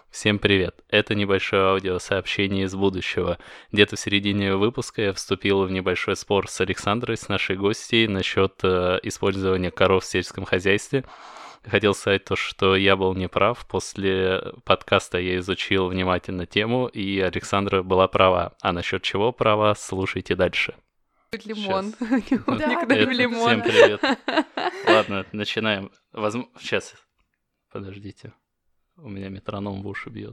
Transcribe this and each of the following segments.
Всем привет! Это небольшое аудиосообщение из будущего. Где-то в середине выпуска я вступил в небольшой спор с Александрой, с нашей гостьей, насчет использования коров в сельском хозяйстве. Хотел сказать то, что я был неправ. После подкаста я изучил внимательно тему, и Александра была права. А насчет чего права, слушайте дальше. Лимон. Всем привет. Ладно, начинаем. Сейчас, подождите. У меня метроном в уши бьет.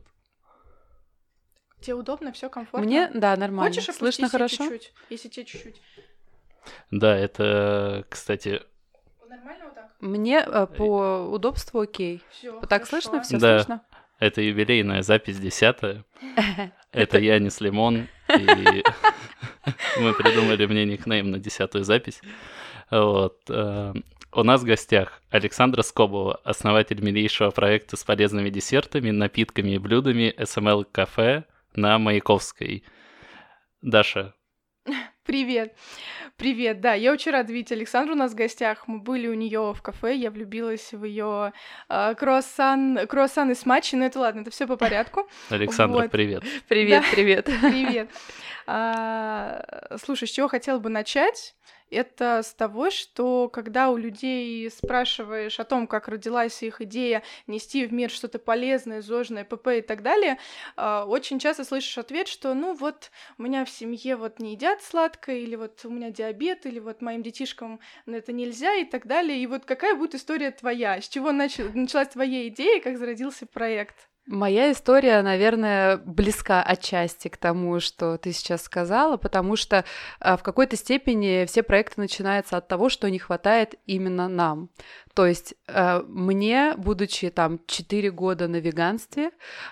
Тебе удобно, все комфортно? Мне, да, нормально. Хочешь слышно хорошо? Чуть-чуть, если тебе чуть-чуть. Да, это, кстати... Нормально вот так? Мне по удобству окей. Всё, так хорошо. слышно? Все Да. слышно? Это юбилейная запись 10-я. Это Янис Лимон. И мы придумали мне никнейм на 10-ю запись. Вот. У нас в гостях Александра Скобова, основатель милейшего проекта с полезными десертами, напитками и блюдами SML Кафе на Маяковской. Даша. Привет. Привет, да, я очень рада видеть Александру у нас в гостях. Мы были у нее в кафе, я влюбилась в ее круассаны с матчей, но это ладно, это все по порядку. Александра, Вот. привет. Привет, Да. привет. Привет. Слушай, с чего хотела бы начать? Это с того, что когда у людей спрашиваешь о том, как родилась их идея нести в мир что-то полезное, зожное, ПП и так далее, очень часто слышишь ответ, что ну вот у меня в семье вот не едят сладкое, или вот у меня диабет, или вот моим детишкам это нельзя и так далее. И вот какая будет история твоя? С чего началась твоя идея, как зародился проект? Моя история, наверное, близка отчасти к тому, что ты сейчас сказала, потому что в какой-то степени все проекты начинаются от того, что не хватает именно нам. То есть мне, будучи там 4 года на веганстве,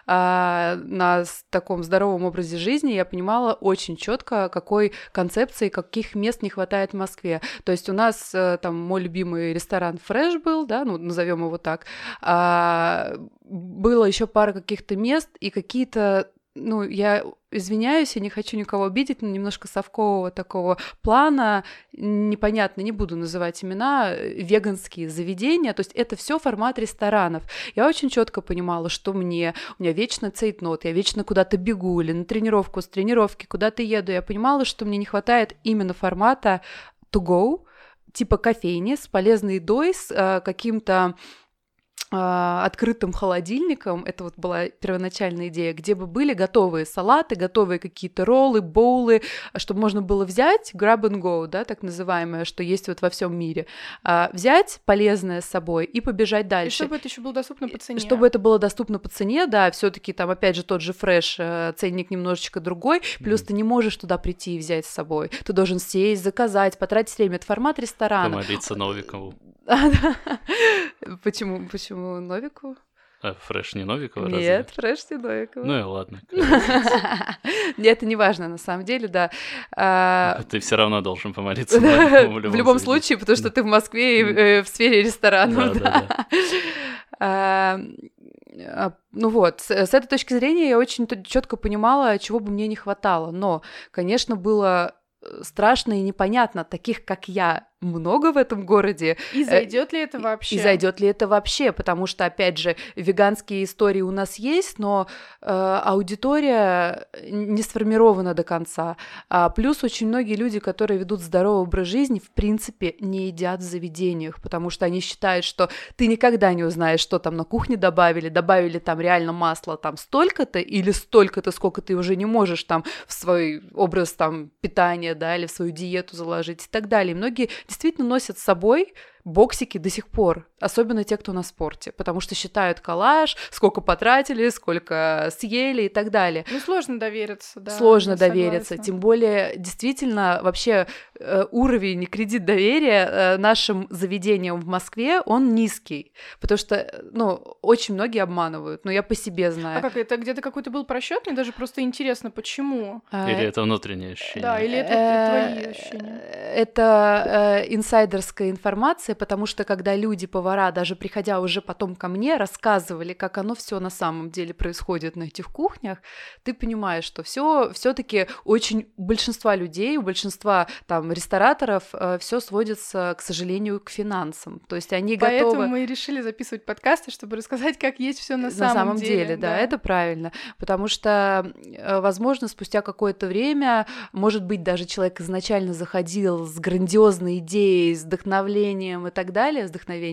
на таком здоровом образе жизни, я понимала очень четко, какой концепции, каких мест не хватает в Москве. То есть у нас там мой любимый ресторан Fresh был, да, ну назовем его так, было еще пара каких-то мест и какие-то, ну, я извиняюсь, я не хочу никого обидеть, но немножко совкового такого плана, непонятно, не буду называть имена, веганские заведения, то есть это все формат ресторанов. Я очень четко понимала, что у меня вечно цейтнот, я вечно куда-то бегу или на тренировку, с тренировки куда-то еду, я понимала, что мне не хватает именно формата to go, типа кофейни с полезной едой, с каким-то открытым холодильником, это вот была первоначальная идея, где бы были готовые салаты, готовые какие-то роллы, боулы, чтобы можно было взять, grab and go, да, так называемое, что есть вот во всем мире, взять полезное с собой и побежать дальше. И чтобы это еще было доступно по цене. Чтобы это было доступно по цене, да, все-таки там опять же тот же фреш, ценник немножечко другой, плюс ты не можешь туда прийти и взять с собой, ты должен сесть, заказать, потратить время, это формат ресторана. Помолиться Новикову. Почему Новику? Фреш не Новикова, разве? Нет, Фреш не Новикова. Ну и ладно. Это не важно, на самом деле, да. Ты все равно должен помолиться в любом случае, потому что ты в Москве и в сфере ресторанов. Ну вот, с этой точки зрения я очень четко понимала, чего бы мне не хватало. Но, конечно, было страшно и непонятно, таких, как я, много в этом городе. И зайдет ли это вообще? И зайдет ли это вообще? Потому что, опять же, веганские истории у нас есть, но аудитория не сформирована до конца. Плюс очень многие люди, которые ведут здоровый образ жизни, в принципе, не едят в заведениях, потому что они считают, что ты никогда не узнаешь, что там на кухне добавили там реально масло там столько-то или столько-то, сколько ты уже не можешь там в свой образ там питания, да, или в свою диету заложить и так далее. И многие действительно носят с собой боксики до сих пор, особенно те, кто на спорте, потому что считают коллаж, сколько потратили, сколько съели и так далее. Ну, сложно довериться, да. Сложно довериться, тем более, действительно, вообще уровень и кредит доверия нашим заведениям в Москве, он низкий, потому что, ну, очень многие обманывают, но я по себе знаю. А как, это где-то какой-то был просчет? Мне даже просто интересно, почему? Или это внутреннее ощущение? Да, или это твои ощущения? Это инсайдерская информация, мотивация, потому что когда люди, повара, даже приходя уже потом ко мне, рассказывали, как оно все на самом деле происходит на этих кухнях, ты понимаешь, что все-таки очень у большинства людей, у большинства там рестораторов все сводится, к сожалению, к финансам. То есть они Поэтому готовы... мы и решили записывать подкасты, чтобы рассказать, как есть все на самом деле. Да, это правильно. Потому что, возможно, спустя какое-то время, может быть, даже человек изначально заходил с грандиозной идеей, с вдохновлением и так далее,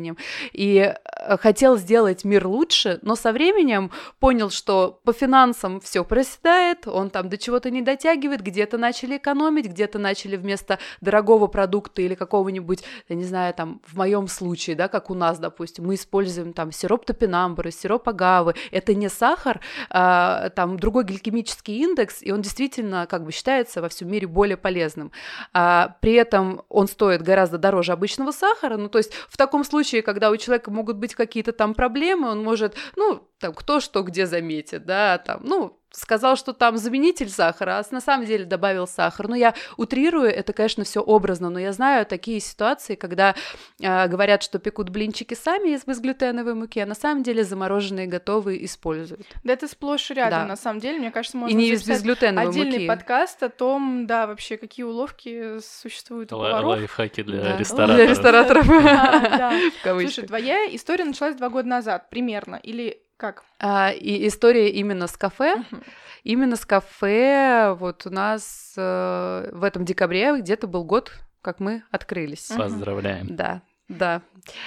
и хотел сделать мир лучше, но со временем понял, что по финансам все проседает, он там до чего-то не дотягивает, где-то начали экономить, где-то начали вместо дорогого продукта или какого-нибудь, я не знаю, там, в моем случае, да, как у нас, допустим, мы используем там сироп топинамбура, сироп агавы, это не сахар, там другой гликемический индекс, и он действительно как бы считается во всем мире более полезным. При этом он стоит гораздо дороже обычного сахара, ну, то есть в таком случае, когда у человека могут быть какие-то там проблемы, он может, ну, там, кто что где заметит, да, там, ну, сказал, что там заменитель сахара, а на самом деле добавил сахар. Ну, я утрирую, это, конечно, все образно, но я знаю такие ситуации, когда говорят, что пекут блинчики сами из безглютеновой муки, а на самом деле замороженные готовые используют. Да, это сплошь и рядом, Да. на самом деле. Мне кажется, можно и не из записать безглютеновой отдельный муки. подкаст о том, да, вообще, какие уловки существуют у поваров. Лайфхаки для Да. рестораторов. Для рестораторов. Да. В кавычках. Слушай, твоя история началась 2 года назад, примерно, или как? И история именно с кафе. Именно с кафе вот у нас в этом декабре где-то был год, как мы открылись. Поздравляем. Да. Да.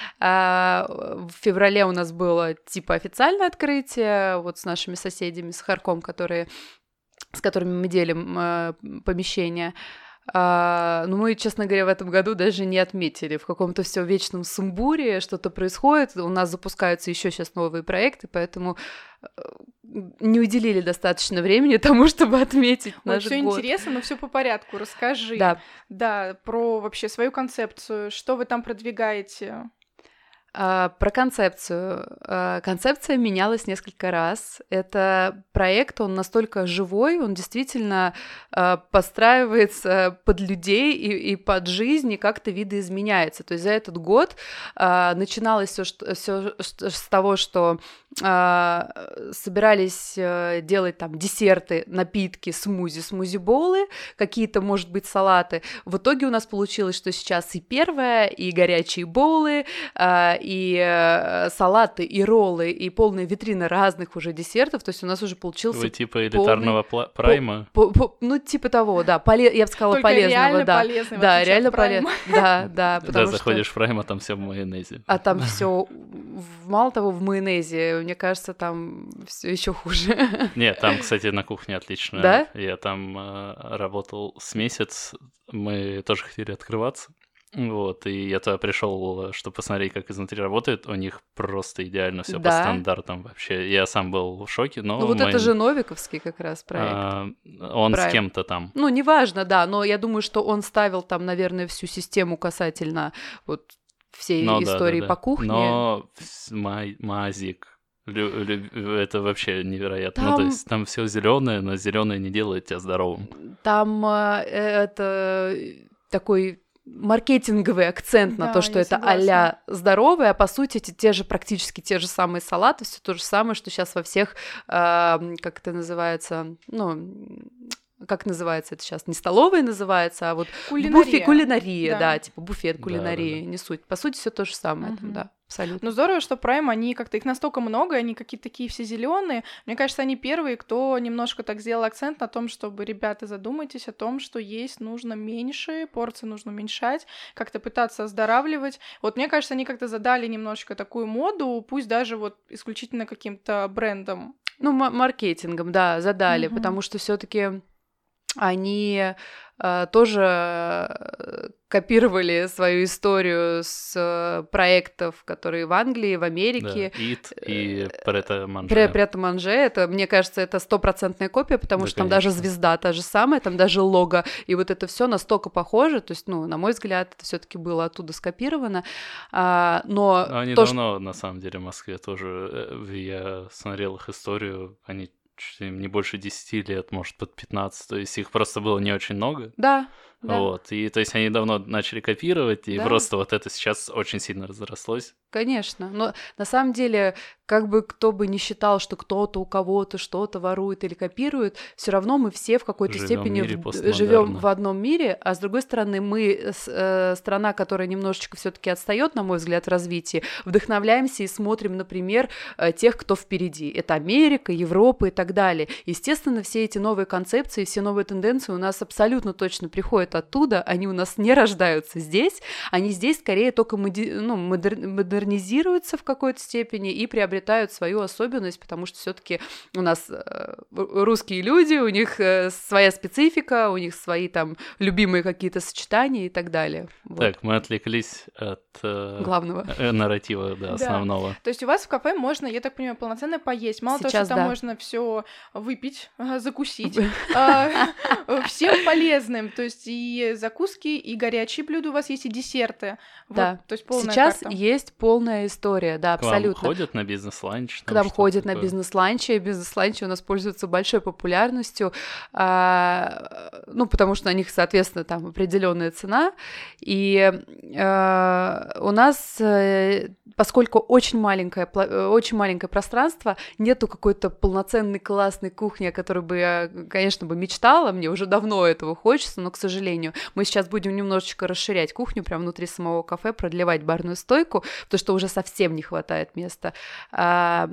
В феврале у нас было типа официальное открытие вот с нашими соседями, с Харком, с которыми мы делим помещение. Но мы, честно говоря, в этом году даже не отметили. В каком-то все вечном сумбуре что-то происходит. У нас запускаются еще сейчас новые проекты, поэтому не уделили достаточно времени тому, чтобы отметить наш Всё год. интересно, но все по порядку. Расскажи. Да. Да, про вообще свою концепцию. Что вы там продвигаете? Про концепцию. Концепция менялась несколько раз. Это проект, он настолько живой, он действительно подстраивается под людей и под жизнь, и как-то видоизменяется. То есть за этот год начиналось все с того, что собирались делать там десерты, напитки, смузи-боулы, какие-то, может быть, салаты. В итоге у нас получилось, что сейчас и первое, и горячие боулы, и салаты, и роллы, и полная витрина разных уже десертов. То есть у нас уже получился Вы типа элитарного прайма? Ну, типа того, да. Я бы сказала, Только полезного, реально да. полезный, Да, в реально отличие от полезно. Да. Да, потому что... заходишь в прайм, а там все в майонезе. А там все, мало того, в майонезе, мне кажется, там все еще хуже. Нет, там, кстати, на кухне отлично. Да? Я там работал с месяц, мы тоже хотели открываться. Вот, и я туда пришел, чтобы посмотреть, как изнутри работает. У них просто идеально все по Да. стандартам вообще. Я сам был в шоке, но... Ну, вот это же новиковский как раз проект. Он Прайм. с кем-то там. Ну, неважно, да, но я думаю, что он ставил там, наверное, всю систему касательно вот всей Ну, да, истории да, по да. кухне. Но Мазик, это вообще невероятно. Ну, Там- то есть там все зеленое, но зеленое не делает тебя здоровым. Там это такой маркетинговый акцент на Да, то, что я это согласна. а-ля здоровое, а по сути практически те же самые салаты, все то же самое, что сейчас во всех, как это называется, ну, как называется это сейчас, не столовые называется, а вот Кулинария. кулинария, Да. да, типа буфет Да, кулинарии, да, да. не суть. По сути, все то же самое, там, Мгм. да, абсолютно. Ну, здорово, что Prime, они как-то, их настолько много, они какие-то такие все зеленые. Мне кажется, они первые, кто немножко так сделал акцент на том, чтобы, ребята, задумайтесь о том, что есть нужно меньше, порции нужно уменьшать, как-то пытаться оздоравливать. Вот мне кажется, они как-то задали немножко такую моду, пусть даже вот исключительно каким-то брендом. Ну, маркетингом, да, задали, Мгм. потому что все-таки они тоже копировали свою историю с проектов, которые в Англии, в Да, Америке. Ит и Прета Манже. Прет-а-манже, это, мне кажется, это 100% копия, потому Да, что там даже конечно. звезда та же самая, там даже лого, и вот это все настолько похоже, то есть, ну, на мой взгляд, это все-таки было оттуда скопировано, но Ну, они то, давно, на самом деле, в Москве тоже, я смотрел их историю, они чуть ли не больше 10 лет, может, под 15, то есть их просто было не очень много. Да, да. Вот, и то есть они давно начали копировать, и Да. просто вот это сейчас очень сильно разрослось. Конечно, но на самом деле, как бы кто бы ни считал, что кто-то у кого-то что-то ворует или копирует, все равно мы все в какой-то Живем в степени мире живем постмодерна. в одном мире, а с другой стороны, мы страна, которая немножечко все-таки отстает, на мой взгляд, в развитии, вдохновляемся и смотрим, например, тех, кто впереди. Это Америка, Европа и так далее. Естественно, все эти новые концепции, все новые тенденции у нас абсолютно точно приходят оттуда, они у нас не рождаются здесь, они здесь скорее только модернизируются в какой-то степени и приобретают свою особенность, потому что все-таки у нас русские люди, у них своя специфика, у них свои там любимые какие-то сочетания и так далее. Вот. Так, мы отвлеклись от главного нарратива, да, основного. То есть у вас в кафе можно, я так понимаю, полноценно поесть. Мало того, Сейчас что там да. можно все выпить, закусить, всем полезным. То есть и закуски, и горячие блюда у вас есть, и десерты. Да. То есть полная Сейчас карта. есть полная история, да, К вам абсолютно. ходят на бизнес-ланч? К нам ходят на бизнес-ланчи. Бизнес-ланчи у нас пользуются большой популярностью, потому что на них, соответственно, там определенная цена. И у нас, поскольку очень маленькое пространство, нету какой-то полноценной классной кухни, о которой бы я, конечно, бы мечтала, мне уже давно этого хочется, но, к сожалению, мы сейчас будем немножечко расширять кухню прямо внутри самого кафе, продлевать барную стойку, потому что уже совсем не хватает места. К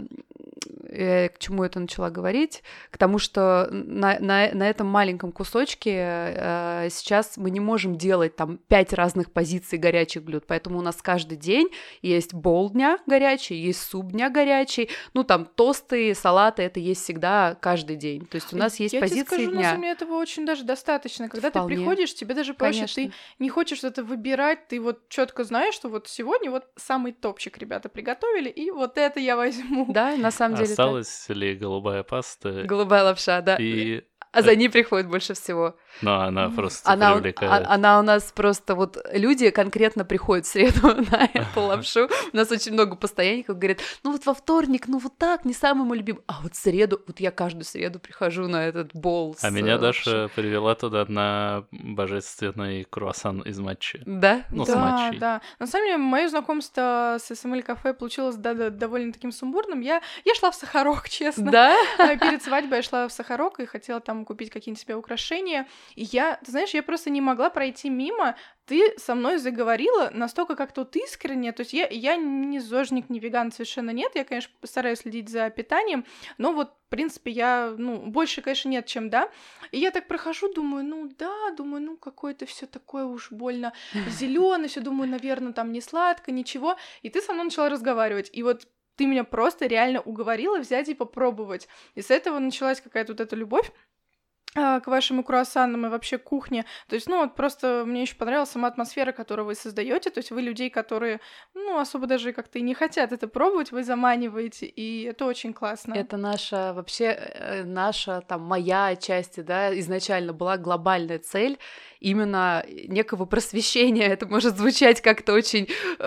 чему это начала говорить? К тому, что на этом маленьком кусочке сейчас мы не можем делать там 5 разных позиций горячих блюд, поэтому у нас каждый день есть бол дня горячий, есть суп дня горячий, там тосты, салаты, это есть всегда каждый день. То есть у нас есть позиции Я тебе скажу, дня. на самом деле, этого очень даже достаточно. Когда Вполне. ты приходишь, тебе даже проще, ты не хочешь что-то выбирать, ты вот четко знаешь, что вот сегодня вот самый топчик ребята приготовили, и вот это я возьму. Да, на самом деле. Осталась ли голубая паста? Голубая лапша, да. А за ней приходит больше всего. Но она просто привлекает. Она у нас просто вот люди конкретно приходят в среду на эту лапшу. У нас очень много постоянников говорят, вот во вторник, вот так, не самый мой любимый. А вот в среду, вот я каждую среду прихожу на этот бол с меня лапшой. Даша привела туда на божественный круассан из матчи. Да? С матчей. Да. На самом деле, мое знакомство с СМЛ кафе получилось довольно таким сумбурным. Я шла в Сахарок, честно. Да? Перед свадьбой я шла в Сахарок и хотела там купить какие-нибудь себе украшения. И ты знаешь, я просто не могла пройти мимо. Ты со мной заговорила настолько как-то вот искренне. То есть я не зожник, не веган, совершенно нет. Я, конечно, постараюсь следить за питанием, но вот, в принципе, я, больше, конечно, нет, чем да. И я так прохожу, думаю, какое-то все такое уж больно зеленое, все думаю, наверное, там не сладко, ничего. И ты со мной начала разговаривать. И вот ты меня просто реально уговорила взять и попробовать. И с этого началась какая-то вот эта любовь к вашим круассанам и вообще кухне. То есть, просто мне еще понравилась сама атмосфера, которую вы создаете. То есть вы людей, которые, особо даже как-то и не хотят это пробовать, вы заманиваете, и это очень классно. Это наша, вообще, моя часть, да, изначально была глобальная цель именно некого просвещения. Это может звучать как-то очень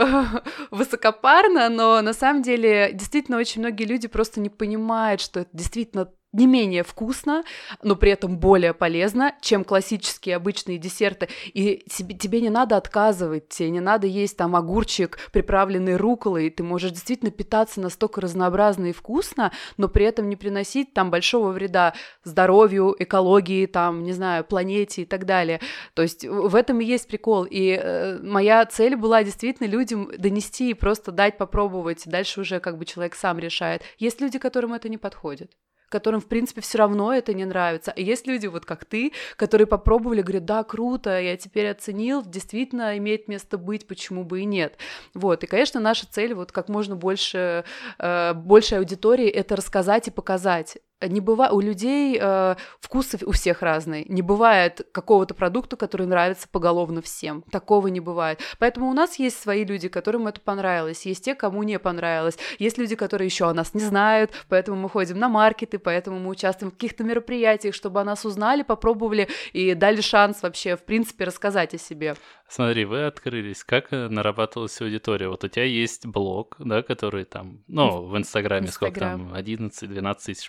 высокопарно, но на самом деле действительно очень многие люди просто не понимают, что это действительно не менее вкусно, но при этом более полезно, чем классические обычные десерты. И тебе не надо отказывать, тебе не надо есть там огурчик, приправленный рукколой, ты можешь действительно питаться настолько разнообразно и вкусно, но при этом не приносить там большого вреда здоровью, экологии, там, не знаю, планете и так далее. То есть в этом и есть прикол. И моя цель была действительно людям донести и просто дать попробовать. Дальше уже как бы человек сам решает. Есть люди, которым это не подходит, которым, в принципе, все равно это не нравится. И есть люди, вот как ты, которые попробовали, говорят, да, круто, я теперь оценил, действительно имеет место быть, почему бы и нет. Вот, и, конечно, наша цель, вот как можно больше аудитории, это рассказать и показать. Не бывает, у людей вкусы у всех разные. Не бывает какого-то продукта, который нравится поголовно всем. Такого не бывает. Поэтому у нас есть свои люди, которым это понравилось. Есть те, кому не понравилось. Есть люди, которые еще о нас не знают, поэтому мы ходим на маркеты, поэтому мы участвуем в каких-то мероприятиях, чтобы о нас узнали, попробовали и дали шанс вообще, в принципе, рассказать о себе. Смотри, вы открылись. Как нарабатывалась аудитория? Вот у тебя есть блог, да, который там, в Инстаграме сколько там, 11-12 тысяч подписчиков.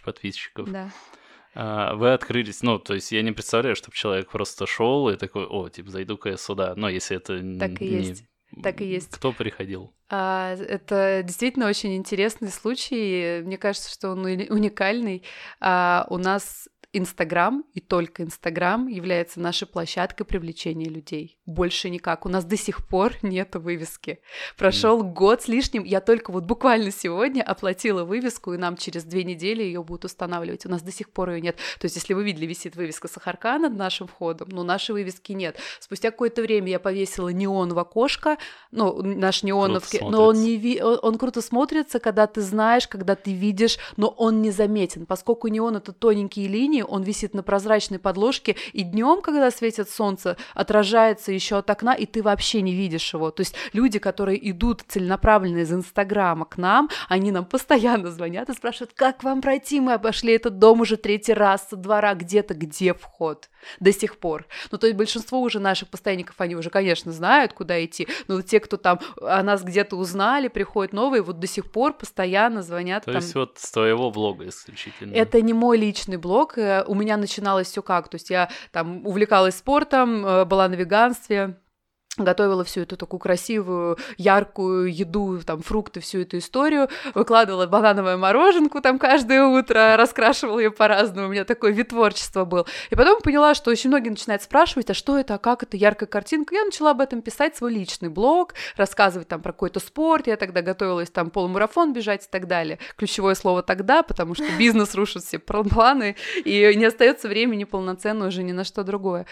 подписчиков. Да. Вы открылись, ну, то есть я не представляю, чтобы человек просто шел и такой, типа, зайду-ка я сюда. Но если это Так и не... есть. Так и есть. Кто приходил? Это действительно очень интересный случай. Мне кажется, что он уникальный. У нас Инстаграм, и только Инстаграм, является нашей площадкой привлечения людей. Больше никак. У нас до сих пор нету вывески. Прошел год с лишним, я только вот буквально сегодня оплатила вывеску, и нам через 2 недели ее будут устанавливать. У нас до сих пор ее нет. То есть, если вы видели, висит вывеска Сахарка над нашим входом, но нашей вывески нет. Спустя какое-то время я повесила неон в окошко, ну, наш неоновский, но он круто смотрится, когда ты знаешь, когда ты видишь, но он незаметен, поскольку неон — это тоненькие линии, он висит на прозрачной подложке, и днем, когда светит солнце, отражается еще от окна, и ты вообще не видишь его. То есть люди, которые идут целенаправленно из Инстаграма к нам, они нам постоянно звонят и спрашивают, как вам пройти? Мы обошли этот дом уже 3-й раз со двора, где-то, где вход? До сих пор. Ну, то есть большинство уже наших постоянников, они уже, конечно, знают, куда идти, но те, кто там о нас где-то узнали, приходят новые, вот до сих пор постоянно звонят. То есть вот с твоего блога исключительно? Это не мой личный блог, у меня начиналось все как, то есть я там увлекалась спортом, была на веганстве, готовила всю эту такую красивую, яркую еду, там, фрукты, всю эту историю, выкладывала банановую мороженку там каждое утро, раскрашивала ее по-разному, у меня такой вид творчества был. И потом поняла, что очень многие начинают спрашивать, а что это, а как это, яркая картинка. Я начала об этом писать, свой личный блог, рассказывать там про какой-то спорт, я тогда готовилась там полумарафон бежать и так далее. Ключевое слово «тогда», потому что бизнес рушит все планы, и не остается времени полноценно уже ни на что другое.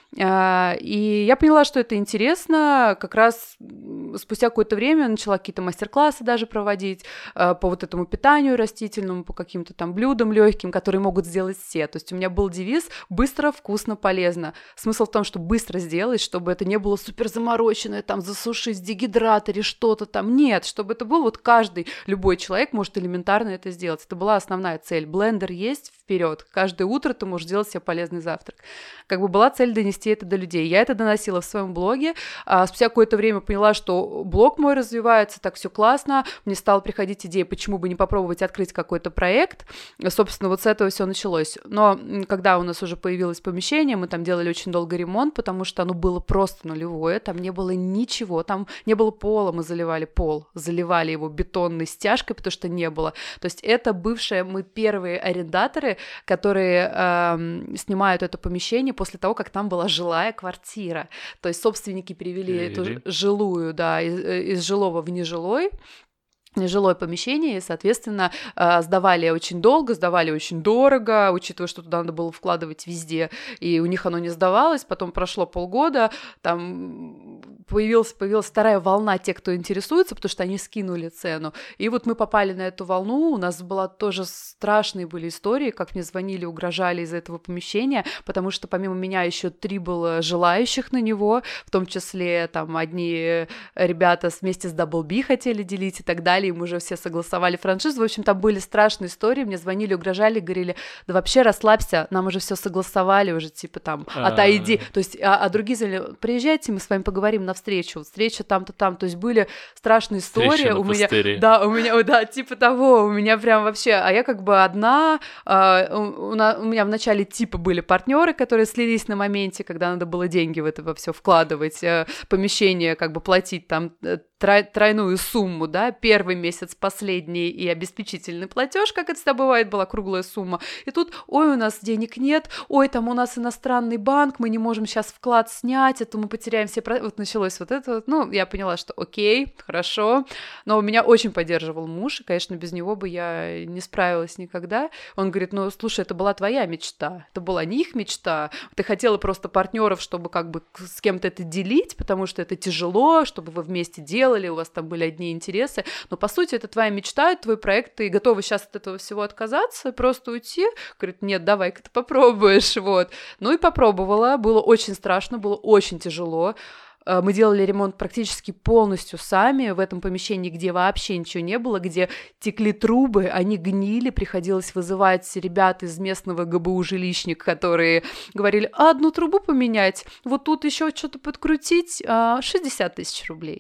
И я поняла, что это интересно, как раз спустя какое-то время начала какие-то мастер-классы даже проводить по вот этому питанию растительному, по каким-то там блюдам легким, которые могут сделать все. То есть у меня был девиз «быстро, вкусно, полезно». Смысл в том, что быстро сделать, чтобы это не было супер замороченное, там засушить в дегидраторе что-то там. Нет, чтобы это был вот каждый, любой человек может элементарно это сделать. Это была основная цель. Блендер есть, вперед. Каждое утро ты можешь делать себе полезный завтрак. Как бы была цель донести это до людей. Я это доносила в своем блоге. Спустя какое-то время поняла, что блог мой развивается, так все классно. Мне стала приходить идея, почему бы не попробовать открыть какой-то проект. Собственно, вот с этого все началось. Но когда у нас уже появилось помещение, мы там делали очень долго ремонт, потому что оно было просто нулевое, там не было ничего, там не было пола, мы заливали пол, заливали его бетонной стяжкой, потому что не было. То есть это бывшие, мы первые арендаторы, которые снимают это помещение после того, как там была жилая квартира. То есть собственники перевели эту жилую, да, из жилого в нежилое помещение, и, соответственно, сдавали очень долго, сдавали очень дорого, учитывая, что туда надо было вкладывать везде, и у них оно не сдавалось. Потом прошло полгода, там появилась вторая волна тех, кто интересуется, потому что они скинули цену. И вот мы попали на эту волну, у нас была тоже страшные были истории, как мне звонили, угрожали из этого помещения, потому что помимо меня еще 3 было желающих на него, в том числе там одни ребята вместе с Double B хотели делить и так далее, им уже все согласовали франшизу. В общем, там были страшные истории, мне звонили, угрожали, говорили, да вообще расслабься, нам уже все согласовали, уже типа там, отойди. То есть, а другие звонили, приезжайте, мы с вами поговорим на встречу, встреча там-то там. То есть были страшные истории. У меня, да, типа того, у меня прям вообще, а я как бы одна, у меня вначале типа были партнеры, которые слились на моменте, когда надо было деньги в это во все вкладывать, помещение как бы платить там тройную сумму, да, первый месяц, последний и обеспечительный платеж, как это всегда бывает, была круглая сумма. И тут, ой, у нас денег нет, ой, там у нас иностранный банк, мы не можем сейчас вклад снять, это мы потеряем все... Вот началось вот это вот. Ну, я поняла, что окей, хорошо, но меня очень поддерживал муж, и, конечно, без него бы я не справилась никогда. Он говорит, ну, слушай, это была твоя мечта, это была не их мечта, ты хотела просто партнеров, чтобы как бы с кем-то это делить, потому что это тяжело, чтобы вы вместе делали, у вас там были одни интересы, но по сути это твоя мечта, твой проект, ты готова сейчас от этого всего отказаться, просто уйти? Говорит, нет, давай-ка ты попробуешь, вот. Ну и попробовала, было очень страшно, было очень тяжело. Мы делали ремонт практически полностью сами в этом помещении, где вообще ничего не было, где текли трубы, они гнили, приходилось вызывать ребят из местного ГБУ «Жилищник», которые говорили, одну трубу поменять, вот тут еще что-то подкрутить, 60 000 рублей.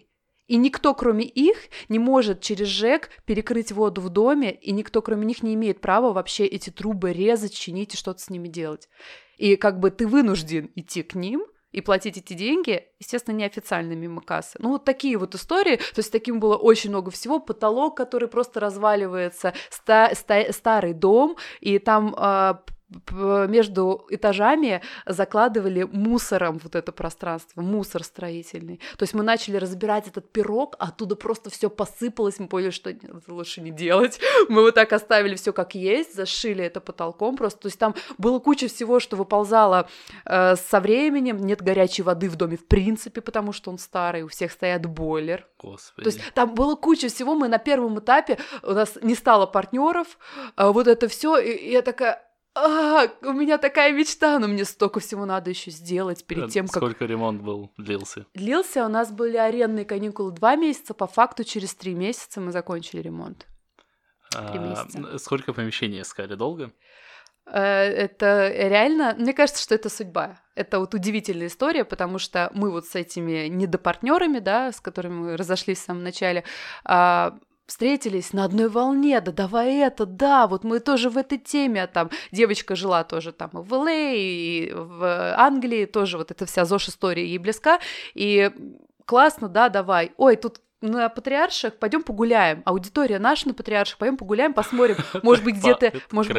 И никто, кроме их, не может через ЖЭК перекрыть воду в доме, и никто, кроме них, не имеет права вообще эти трубы резать, чинить и что-то с ними делать. И как бы ты вынужден идти к ним и платить эти деньги, естественно, неофициально мимо кассы. Ну, вот такие вот истории. То есть таким было очень много всего. Потолок, который просто разваливается, старый дом, и там... между этажами закладывали мусором вот это пространство, мусор строительный. То есть мы начали разбирать этот пирог, а оттуда просто все посыпалось, мы поняли, что нет, это лучше не делать. Мы вот так оставили все как есть, зашили это потолком просто. То есть там было куча всего, что выползало со временем, нет горячей воды в доме в принципе, потому что он старый, у всех стоят бойлер. Господи. То есть там было куча всего, мы на первом этапе, у нас не стало партнеров, вот это все, и я такая... у меня такая мечта, но мне столько всего надо еще сделать перед тем, как... Сколько ремонт длился? Длился, у нас были арендные каникулы 2 месяца, по факту через 3 месяца мы закончили ремонт. 3 месяца. Сколько помещений искали? Долго? Это реально... Мне кажется, что это судьба. Это вот удивительная история, потому что мы вот с этими недопартнерами, да, с которыми мы разошлись в самом начале, встретились на одной волне, да давай это, да, вот мы тоже в этой теме, а там девочка жила тоже там и в ЛА, и в Англии, тоже вот эта вся ЗОЖ-история ей близка, и классно, да, давай, ой, тут на Патриарших пойдем погуляем, аудитория наша на Патриарших, пойдем погуляем, посмотрим, может быть где-то,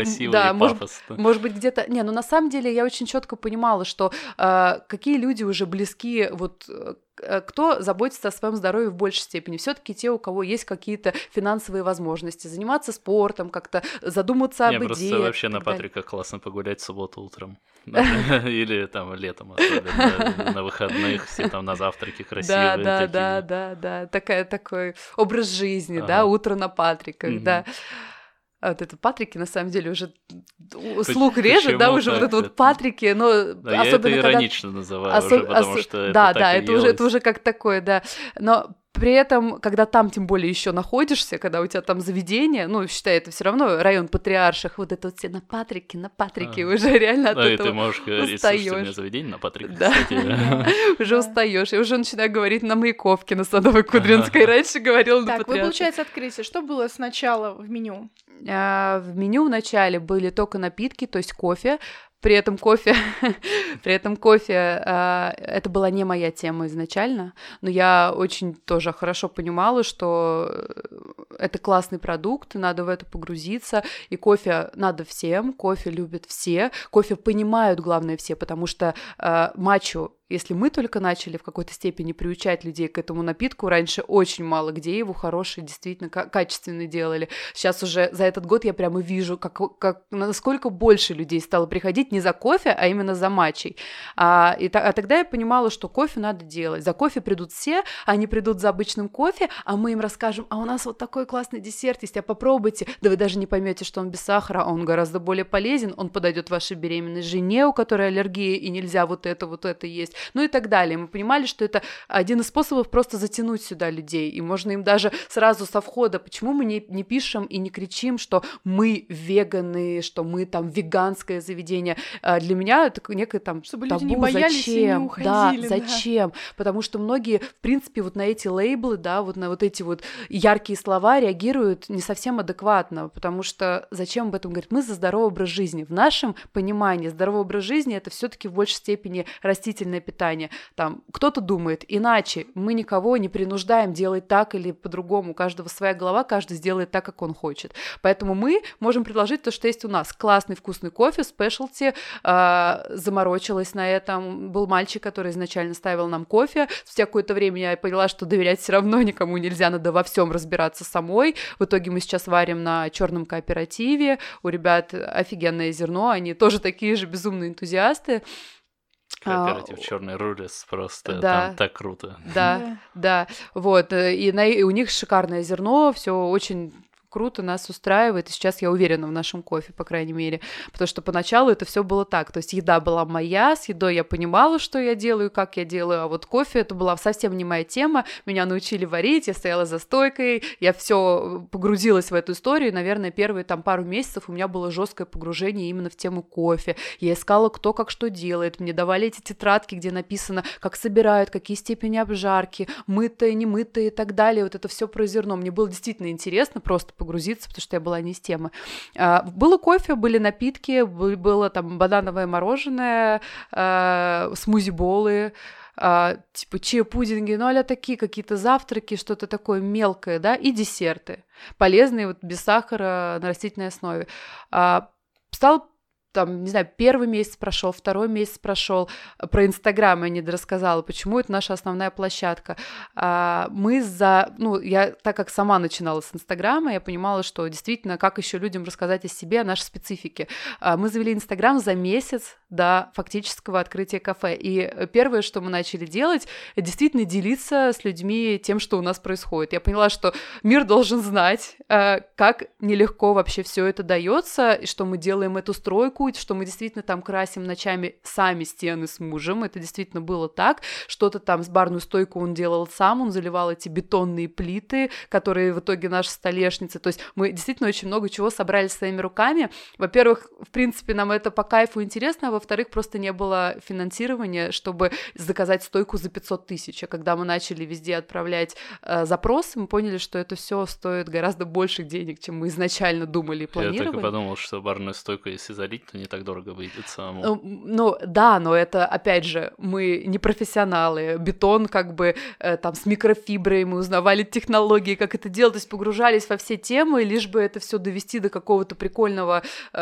может быть где-то, не, ну на самом деле я очень четко понимала, что какие люди уже близки вот кто заботится о своем здоровье в большей степени. Все-таки те, у кого есть какие-то финансовые возможности, заниматься спортом, как-то задуматься об идее. Просто вообще на Патрика классно погулять в субботу утром. Или там летом особенно, на выходных, все там на завтраки красивые. Да, такой образ жизни, да, утро на Патриках, да. А вот это Патрики, на самом деле, уже слух режет, да, уже вот это вот Патрики, но особенно я это иронично называю уже, потому что это так и елось. Да, это уже как такое, да, но при этом, когда там, тем более, еще находишься, когда у тебя там заведение, ну, считай, это все равно район Патриарших, вот это вот все на Патрике уже реально от этого и ты можешь говорить, слушайте, у меня заведение на Патрике, кстати. Уже устаешь, я уже начинаю говорить на Маяковке, на Садовой Кудринской, раньше говорила на Патриарших. Так, вы, получается, открылись. Что было сначала в меню? В меню вначале были только напитки, то есть кофе. При этом кофе, это была не моя тема изначально, но я очень тоже хорошо понимала, что это классный продукт, надо в это погрузиться, и кофе надо всем, кофе любят все, кофе понимают, главное, все, потому что матчу, если мы только начали в какой-то степени приучать людей к этому напитку, раньше очень мало где его хороший, действительно качественный делали. Сейчас уже за этот год я прямо вижу, насколько больше людей стало приходить не за кофе, а именно за матчей. А тогда я понимала, что кофе надо делать. За кофе придут все, они придут за обычным кофе, а мы им расскажем, а у нас вот такой классный десерт есть, а попробуйте. Да вы даже не поймете, что он без сахара, а он гораздо более полезен, он подойдет вашей беременной жене, у которой аллергия, и нельзя вот это есть. Ну и так далее. Мы понимали, что это один из способов просто затянуть сюда людей, и можно им даже сразу со входа, почему мы не пишем и не кричим, что мы веганы, что мы там веганское заведение. Для меня это некое там чтобы табу. Люди не боялись зачем? И не уходили. Да, зачем? Потому что многие, в принципе, вот на эти лейблы, да, вот на вот эти вот яркие слова реагируют не совсем адекватно, потому что зачем об этом говорить? Мы за здоровый образ жизни. В нашем понимании здоровый образ жизни — это все-таки в большей степени растительное питание. Там кто-то думает иначе, мы никого не принуждаем делать так или по-другому, у каждого своя голова, каждый сделает так, как он хочет. Поэтому мы можем предложить то, что есть у нас. Классный вкусный кофе, спешлти, заморочилась на этом. Был мальчик, который изначально ставил нам кофе. Спустя какое-то время я поняла, что доверять все равно никому нельзя, надо во всем разбираться самой. В итоге мы сейчас варим на черном кооперативе. У ребят офигенное зерно, они тоже такие же безумные энтузиасты. Кооператив «Черный Рулес» просто, там так круто. Да, вот, и у них шикарное зерно, все очень круто, нас устраивает, и сейчас я уверена в нашем кофе, по крайней мере, потому что поначалу это все было так, то есть еда была моя, с едой я понимала, что я делаю, как я делаю, а вот кофе это была совсем не моя тема, меня научили варить, я стояла за стойкой, я все погрузилась в эту историю, и, наверное, первые там пару месяцев у меня было жесткое погружение именно в тему кофе, я искала, кто как что делает, мне давали эти тетрадки, где написано, как собирают, какие степени обжарки, мытые, не мытые и так далее, вот это все про зерно, мне было действительно интересно просто погрузиться, потому что я была не с темы. Было кофе, были напитки, было там банановое мороженое, смузи-болы, типа чиа-пудинги, ну а-ля такие какие-то завтраки, что-то такое мелкое, да, и десерты, полезные, вот без сахара на растительной основе. Стал там, не знаю, первый месяц прошел, второй месяц прошел, про Инстаграм я не дорассказала, почему это наша основная площадка. Я, так как сама начинала с Инстаграма, я понимала, что действительно, как еще людям рассказать о себе, о нашей специфике. Мы завели Инстаграм за месяц до фактического открытия кафе, и первое, что мы начали делать, действительно делиться с людьми тем, что у нас происходит. Я поняла, что мир должен знать, как нелегко вообще все это дается, и что мы делаем эту стройку, что мы действительно там красим ночами сами стены с мужем, это действительно было так, что-то там с барную стойку он делал сам, он заливал эти бетонные плиты, которые в итоге наши столешницы, то есть мы действительно очень много чего собрали своими руками. Во-первых, в принципе, нам это по кайфу интересно, а во-вторых, просто не было финансирования, чтобы заказать стойку за 500 тысяч, а когда мы начали везде отправлять запросы, мы поняли, что это все стоит гораздо больше денег, чем мы изначально думали и планировали. Я только подумал, что барную стойку, если залить, то не так дорого выйдет самому. Ну, да, но это, опять же, мы не профессионалы. Бетон как бы там с микрофиброй, мы узнавали технологии, как это делать, то есть погружались во все темы, лишь бы это все довести до какого-то прикольного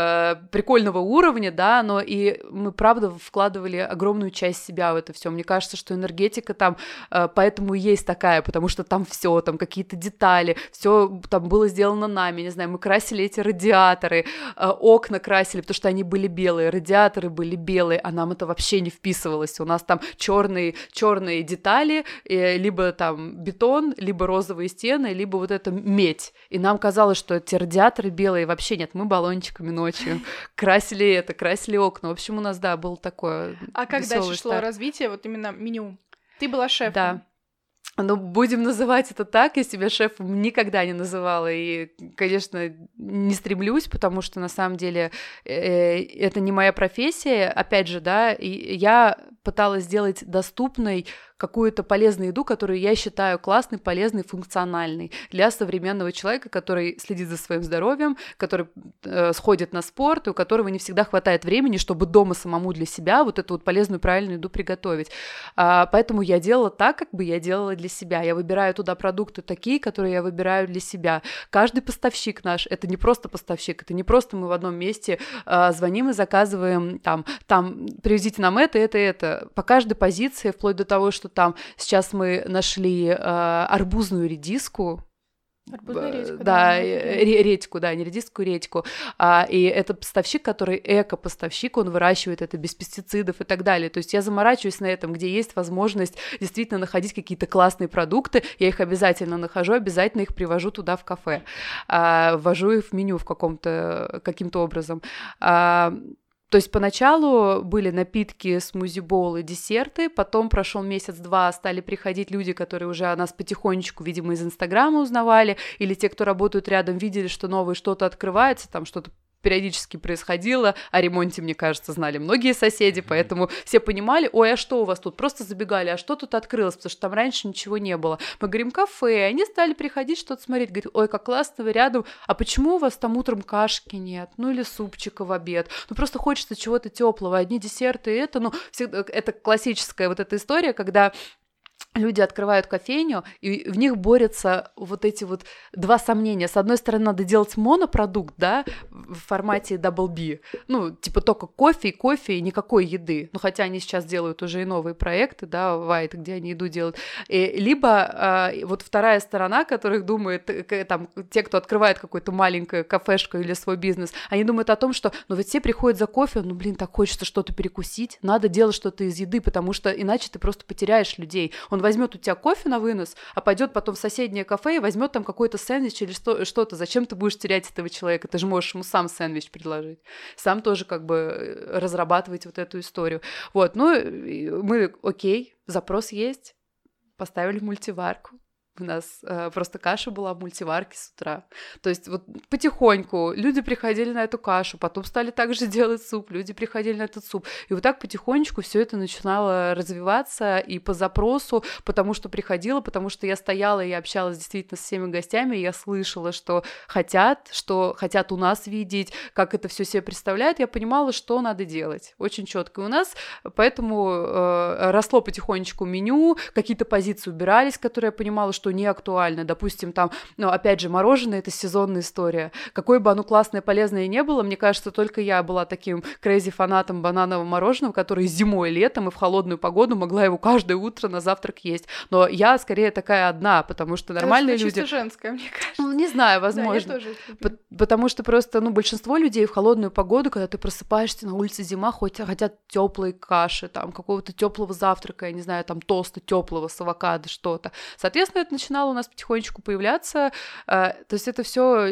уровня, да, но и мы, правда, вкладывали огромную часть себя в это все. Мне кажется, что энергетика там поэтому и есть такая, потому что там все, там какие-то детали, все там было сделано нами, не знаю, мы красили эти радиаторы, окна красили, потому что они были белые, радиаторы были белые, а нам это вообще не вписывалось. У нас там черные детали, либо там бетон, либо розовые стены, либо вот эта медь. И нам казалось, что эти радиаторы белые вообще нет. Мы баллончиками ночью красили окна. В общем, у нас, да, было такое. А как дальше шло развитие, вот именно меню? Ты была шефом. Да. Ну, будем называть это так, я себя шефом никогда не называла и, конечно, не стремлюсь, потому что, на самом деле, это не моя профессия, опять же, да, и я пыталась сделать доступной какую-то полезную еду, которую я считаю классной, полезной, функциональной для современного человека, который следит за своим здоровьем, который сходит на спорт, и у которого не всегда хватает времени, чтобы дома самому для себя вот эту вот полезную, правильную еду приготовить. Поэтому я делала так, как бы я делала для себя. Я выбираю туда продукты такие, которые я выбираю для себя. Каждый поставщик наш, это не просто поставщик, это не просто мы в одном месте звоним и заказываем там привезите нам это. По каждой позиции, вплоть до того, что там сейчас мы нашли арбузную редиску. Арбузную редьку, редьку, да, не редиску, редьку. И это поставщик, который эко-поставщик, он выращивает это без пестицидов и так далее. То есть я заморачиваюсь на этом, где есть возможность действительно находить какие-то классные продукты, я их обязательно нахожу, обязательно их привожу туда в кафе, ввожу их в меню каким-то образом. То есть поначалу были напитки, смузи-болы, десерты, потом прошел месяц-два, стали приходить люди, которые уже о нас потихонечку, видимо, из Инстаграма узнавали, или те, кто работают рядом, видели, что новое что-то открывается, там что-то периодически происходило, о ремонте, мне кажется, знали многие соседи, поэтому все понимали, ой, а что у вас тут? Просто забегали, а что тут открылось? Потому что там раньше ничего не было. Мы говорим, кафе, они стали приходить что-то смотреть, говорят, ой, как классно, вы рядом, а почему у вас там утром кашки нет? Ну или супчика в обед? Ну просто хочется чего-то теплого, одни десерты, это классическая вот эта история, когда люди открывают кофейню, и в них борются вот эти вот два сомнения. С одной стороны, надо делать монопродукт, да, в формате Double B, ну, типа только кофе и никакой еды. Ну, хотя они сейчас делают уже и новые проекты, да, White, где они еду делают. Либо вот вторая сторона, которых думает, там, те, кто открывает какую-то маленькую кафешку или свой бизнес, они думают о том, что, ну, ведь все приходят за кофе, ну, блин, так хочется что-то перекусить, надо делать что-то из еды, потому что иначе ты просто потеряешь людей. Он возьмет у тебя кофе на вынос, а пойдет потом в соседнее кафе и возьмет там какой-то сэндвич или что-то. Зачем ты будешь терять этого человека? Ты же можешь ему сам сэндвич предложить. Сам тоже как бы разрабатывать вот эту историю. Вот, ну, мы, окей, запрос есть, поставили мультиварку. У нас просто каша была в мультиварке с утра. То есть вот потихоньку люди приходили на эту кашу, потом стали также делать суп, люди приходили на этот суп. И вот так потихонечку все это начинало развиваться и по запросу, потому что я стояла и общалась действительно с всеми гостями, и я слышала, что хотят у нас видеть, как это все себе представляют. Я понимала, что надо делать. Очень четко. И у нас поэтому росло потихонечку меню, какие-то позиции убирались, которые я понимала, что не актуально. Допустим, там, ну, опять же, мороженое — это сезонная история. Какое бы оно классное, полезное ни было, мне кажется, только я была таким крейзи-фанатом бананового мороженого, который зимой, летом и в холодную погоду могла его каждое утро на завтрак есть. Но я скорее такая одна, потому что нормальные люди... Это чисто женское, мне кажется. Ну, не знаю, возможно. Да, я тоже это люблю. Потому что просто, ну, большинство людей в холодную погоду, когда ты просыпаешься, на улице зима, хотят теплой каши, там, какого-то теплого завтрака, я не знаю, там, тоста теплого с авокадо, что-то. Соответственно, это начинало у нас потихонечку появляться. То есть это все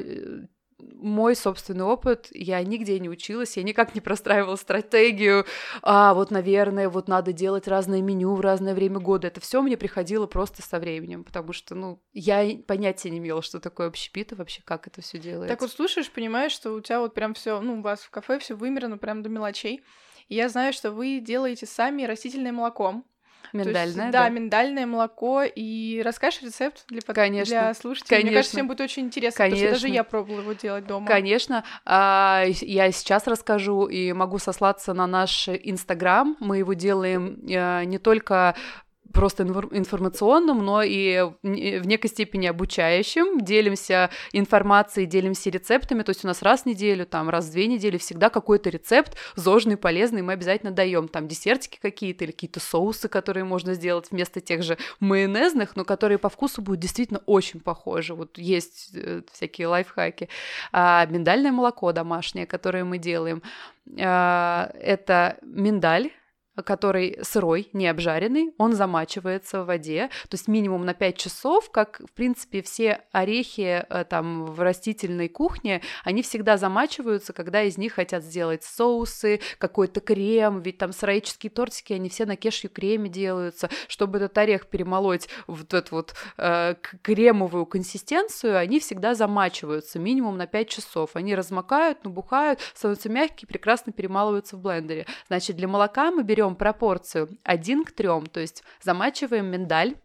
мой собственный опыт. Я нигде не училась, я никак не простраивала стратегию. Вот, наверное, вот надо делать разное меню в разное время года. Это все мне приходило просто со временем, потому что, ну, я понятия не имела, что такое общепит и вообще как это все делается. Так вот слушаешь, понимаешь, что у тебя вот прям все, ну, у вас в кафе все вымерено прям до мелочей. И я знаю, что вы делаете сами растительное молоко. Миндальное, да, миндальное молоко. И расскажешь рецепт для слушателей? Конечно. Мне кажется, всем будет очень интересно, потому что даже я пробовала его делать дома. Конечно. Я сейчас расскажу и могу сослаться на наш Инстаграм. Мы его делаем не только просто информационным, но и в некой степени обучающим. Делимся информацией, делимся рецептами. То есть у нас раз в неделю, там, раз в 2 недели всегда какой-то рецепт зожный, полезный, мы обязательно даем. Там десертики какие-то или какие-то соусы, которые можно сделать вместо тех же майонезных, но которые по вкусу будут действительно очень похожи. Вот есть всякие лайфхаки. Миндальное молоко домашнее, которое мы делаем, это миндаль, который сырой, не обжаренный, он замачивается в воде, то есть минимум на 5 часов, как, в принципе, все орехи там в растительной кухне, они всегда замачиваются, когда из них хотят сделать соусы, какой-то крем, ведь там сыроедческие тортики, они все на кешью-креме делаются, чтобы этот орех перемолоть в вот эту вот кремовую консистенцию, они всегда замачиваются минимум на 5 часов, они размокают, набухают, становятся мягкие, прекрасно перемалываются в блендере. Значит, для молока мы берем пропорцию 1:3, то есть замачиваем миндаль,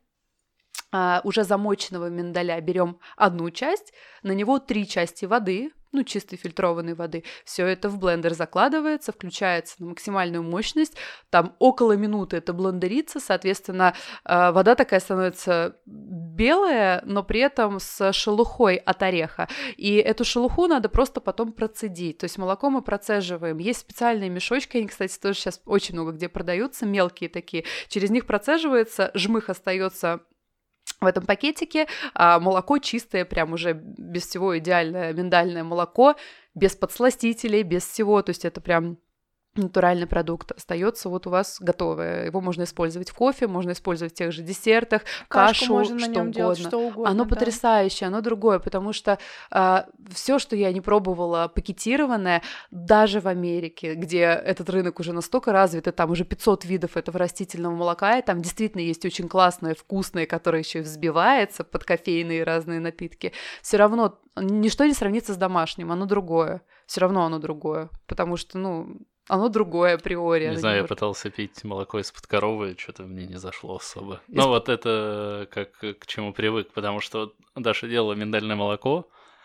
уже замоченного миндаля берем 1 часть, на него 3 части воды, ну, чистой фильтрованной воды. Все это в блендер закладывается, включается на максимальную мощность, там около минуты это блендерится, соответственно, вода такая становится белая, но при этом с шелухой от ореха. И эту шелуху надо просто потом процедить. То есть молоко мы процеживаем. Есть специальные мешочки, они, кстати, тоже сейчас очень много где продаются, мелкие такие. Через них процеживается, жмых остается в этом пакетике, молоко чистое, прям уже без всего идеальное миндальное молоко, без подсластителей, без всего, то есть это прям натуральный продукт остается вот у вас готовое. Его можно использовать в кофе, можно использовать в тех же десертах, кашу, можно на нем делать что угодно. Оно да. потрясающее, оно другое, потому что все, что я не пробовала пакетированное, даже в Америке, где этот рынок уже настолько развит, и там уже 500 видов этого растительного молока, и там действительно есть очень классное, вкусное, которое еще и взбивается под кофейные разные напитки, все равно ничто не сравнится с домашним, оно другое. Все равно оно другое, потому что, ну, оно другое априори. Не знаю, я пытался пить молоко из-под коровы, что-то мне не зашло особо. Но вот это как к чему привык, потому что Даша делала миндальное молоко,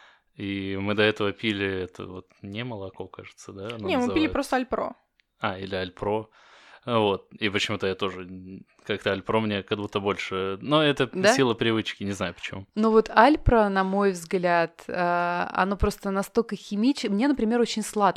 и мы до этого пили это вот не молоко, кажется, да? Мы пили просто Альпро. Или Альпро. Вот, и почему-то я тоже как-то Альпро мне как будто больше... Но это сила привычки, не знаю почему. Ну вот Альпро, на мой взгляд, оно просто настолько химичное. Мне, например, очень сладко.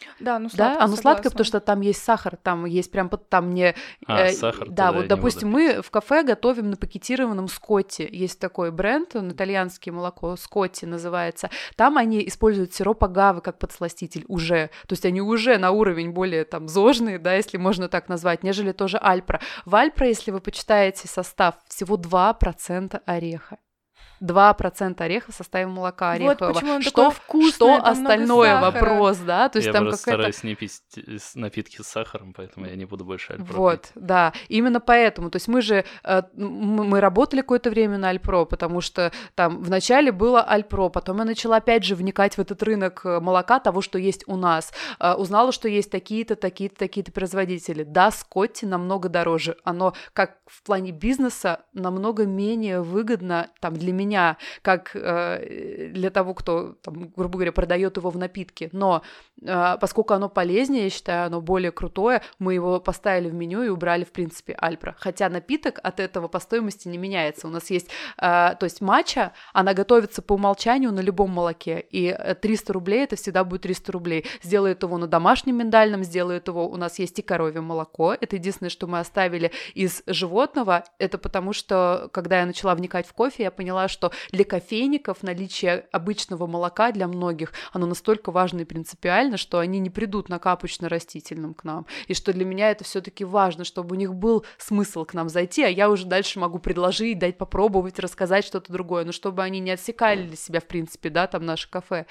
Да, ну Да, сладкое, оно сладкое, потому согласна. что там есть сахар, там есть прям там не... Сахар да, туда вот, не допустим, буду пить. мы в кафе готовим на пакетированном скотте. Есть такой бренд, он итальянский молоко, скотти называется. Там они используют сироп агавы как подсластитель уже. То есть они уже на уровень более там зожные, да, если можно так назвать, нежели тоже Альпра. В Альпра, если вы почитаете состав, всего 2% ореха. 2% ореха в составе молока Вот орехового. почему оно такое вкусное, Что там много остальное сахара. вопрос, да? То есть Я там просто какая-то... стараюсь не пить напитки с сахаром, поэтому я не буду больше Альпро пить. Вот, да, именно поэтому, то есть мы же, мы работали какое-то время на Альпро, потому что там вначале было Альпро, потом я начала опять же вникать в этот рынок молока, того, что есть у нас, узнала, что есть такие-то, такие-то, такие-то производители. Да, Скотти намного дороже, оно как в плане бизнеса намного менее выгодно там для меня, как для того, кто, там, грубо говоря, продает его в напитки, но поскольку оно полезнее, я считаю, оно более крутое, мы его поставили в меню и убрали, в принципе, Альпро. Хотя напиток от этого по стоимости не меняется. У нас есть, то есть матча, она готовится по умолчанию на любом молоке, и 300 рублей это всегда будет 300 рублей. Сделают его на домашнем миндальном, сделают его, у нас есть и коровье молоко, это единственное, что мы оставили из животного, это потому что, когда я начала вникать в кофе, я поняла, что для кофейников наличие обычного молока для многих, оно настолько важно и принципиально, что они не придут на капучно-растительном к нам. И что для меня это все-таки важно, чтобы у них был смысл к нам зайти, а я уже дальше могу предложить, дать попробовать, рассказать что-то другое, но чтобы они не отсекали для себя, в принципе, да, там наше кафе.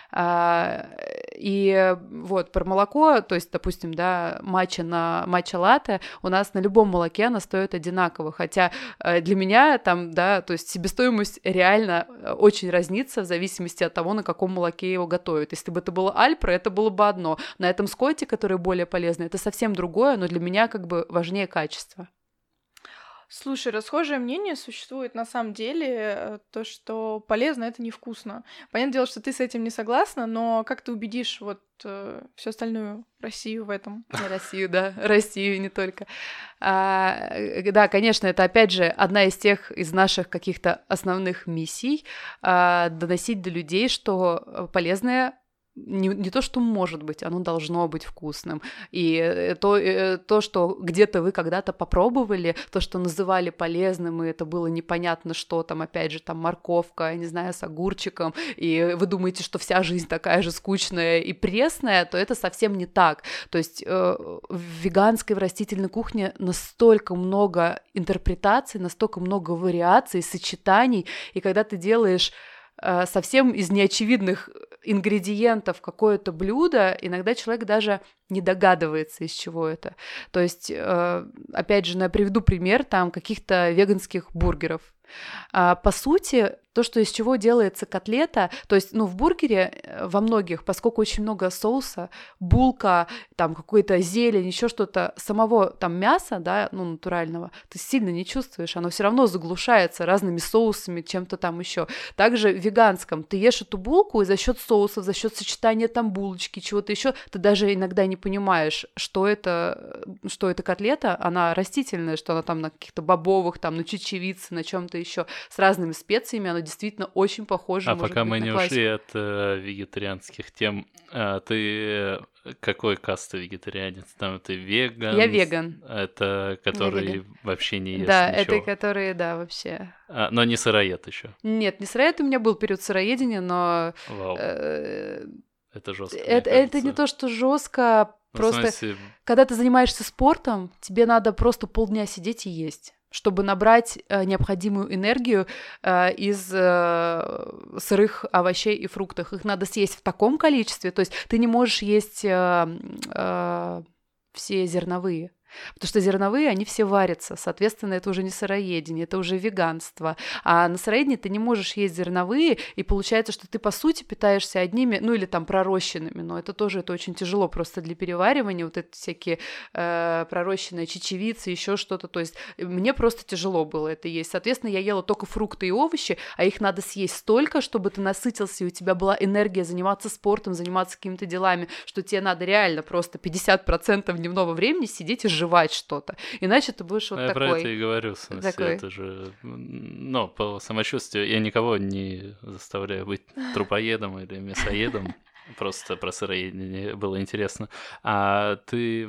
И вот про молоко, то есть, допустим, да, матча-латте у нас на любом молоке она стоит одинаково, хотя для меня там, да, то есть себестоимость реально очень разнится в зависимости от того, на каком молоке его готовят. Если бы это было Альпро, это было бы одно. На этом Скотте, который более полезный, это совсем другое, но для меня как бы важнее качество. Слушай, расхожее мнение существует на самом деле, то, что полезно — это невкусно. Понятное дело, что ты с этим не согласна, но как ты убедишь вот всю остальную Россию в этом? Россию, да, Россию не только. Да, конечно, это опять же одна из тех, из наших каких-то основных миссий, доносить до людей, что полезное не то, что может быть, оно должно быть вкусным. И то, что где-то вы когда-то попробовали, то, что называли полезным, и это было непонятно, что там, опять же, там морковка, я не знаю, с огурчиком, и вы думаете, что вся жизнь такая же скучная и пресная, то это совсем не так. То есть в веганской, в растительной кухне настолько много интерпретаций, настолько много вариаций, сочетаний, и когда ты делаешь совсем из неочевидных ингредиентов какое-то блюдо, иногда человек даже не догадывается, из чего это. То есть, опять же, я приведу пример там каких-то веганских бургеров. По сути, то, что из чего делается котлета, то есть, в бургере во многих, поскольку очень много соуса, булка, там какой-то зелень, еще что-то, самого там мяса, да, натурального, ты сильно не чувствуешь, оно все равно заглушается разными соусами, чем-то там еще. Также в веганском ты ешь эту булку, и за счет соусов, за счет сочетания там булочки, чего-то еще, ты даже иногда не понимаешь, что это котлета, она растительная, что она там на каких-то бобовых, там на чечевице, на чем-то еще с разными специями, оно действительно очень похоже. Пока мы не ушли от вегетарианских тем, ты какой касты вегетарианец? Там ты веган? Я веган. Это который вообще не ест да, ничего? это которые, да, вообще. Но не сыроед еще? Нет, не сыроед, у меня был период сыроедения, но... Вау. Это жестко. Это не то, что жестко, просто когда ты занимаешься спортом, тебе надо просто полдня сидеть и есть, чтобы набрать необходимую энергию из сырых овощей и фруктов. Их надо съесть в таком количестве, то есть ты не можешь есть все зерновые. Потому что зерновые, они все варятся, соответственно, это уже не сыроедение, это уже веганство. А на сыроедении ты не можешь есть зерновые, и получается, что ты, по сути, питаешься одними, или там пророщенными, но это тоже очень тяжело просто для переваривания, вот эти всякие пророщенные чечевицы, еще что-то, то есть мне просто тяжело было это есть. Соответственно, я ела только фрукты и овощи, а их надо съесть столько, чтобы ты насытился, и у тебя была энергия заниматься спортом, заниматься какими-то делами, что тебе надо реально просто 50% дневного времени сидеть и жевать что-то. Иначе ты будешь вот я такой. Я про это и говорю, в смысле, такой. Это же... по самочувствию я никого не заставляю быть трупоедом или мясоедом. Просто про сыроедение было интересно. А ты,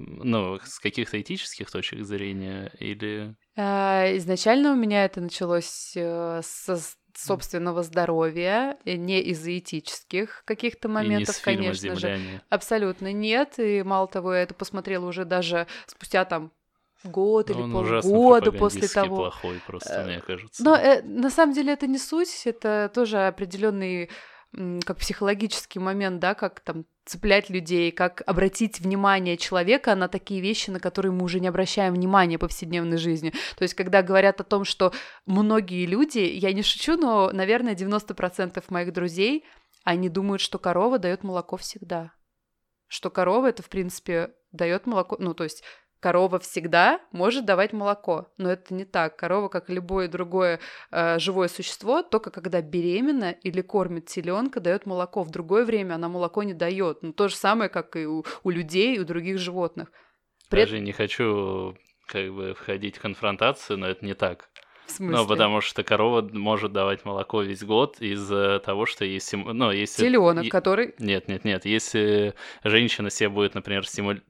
с каких-то этических точек зрения или... Изначально у меня это началось со собственного здоровья, не из-за этических каких-то моментов, и не с фильма конечно же. «Земляне». Абсолютно нет. И мало того, я это посмотрела уже даже спустя там год или полгода после того. Плохой просто, мне кажется. Но на самом деле это не суть, это тоже определенный как психологический момент, да, как там цеплять людей, как обратить внимание человека на такие вещи, на которые мы уже не обращаем внимания в повседневной жизни. То есть, когда говорят о том, что многие люди, я не шучу, но, наверное, 90% моих друзей, они думают, что корова дает молоко всегда. Что корова это, в принципе, дает молоко, то есть корова всегда может давать молоко, но это не так. Корова, как и любое другое живое существо, только когда беременна или кормит теленка, дает молоко. В другое время она молоко не дает. То же самое, как и у людей, и у других животных. Даже не хочу входить в конфронтацию, но это не так. В смысле? Потому что корова может давать молоко весь год из-за того, что если... Телёнок, который... Нет. Если женщина себе будет, например,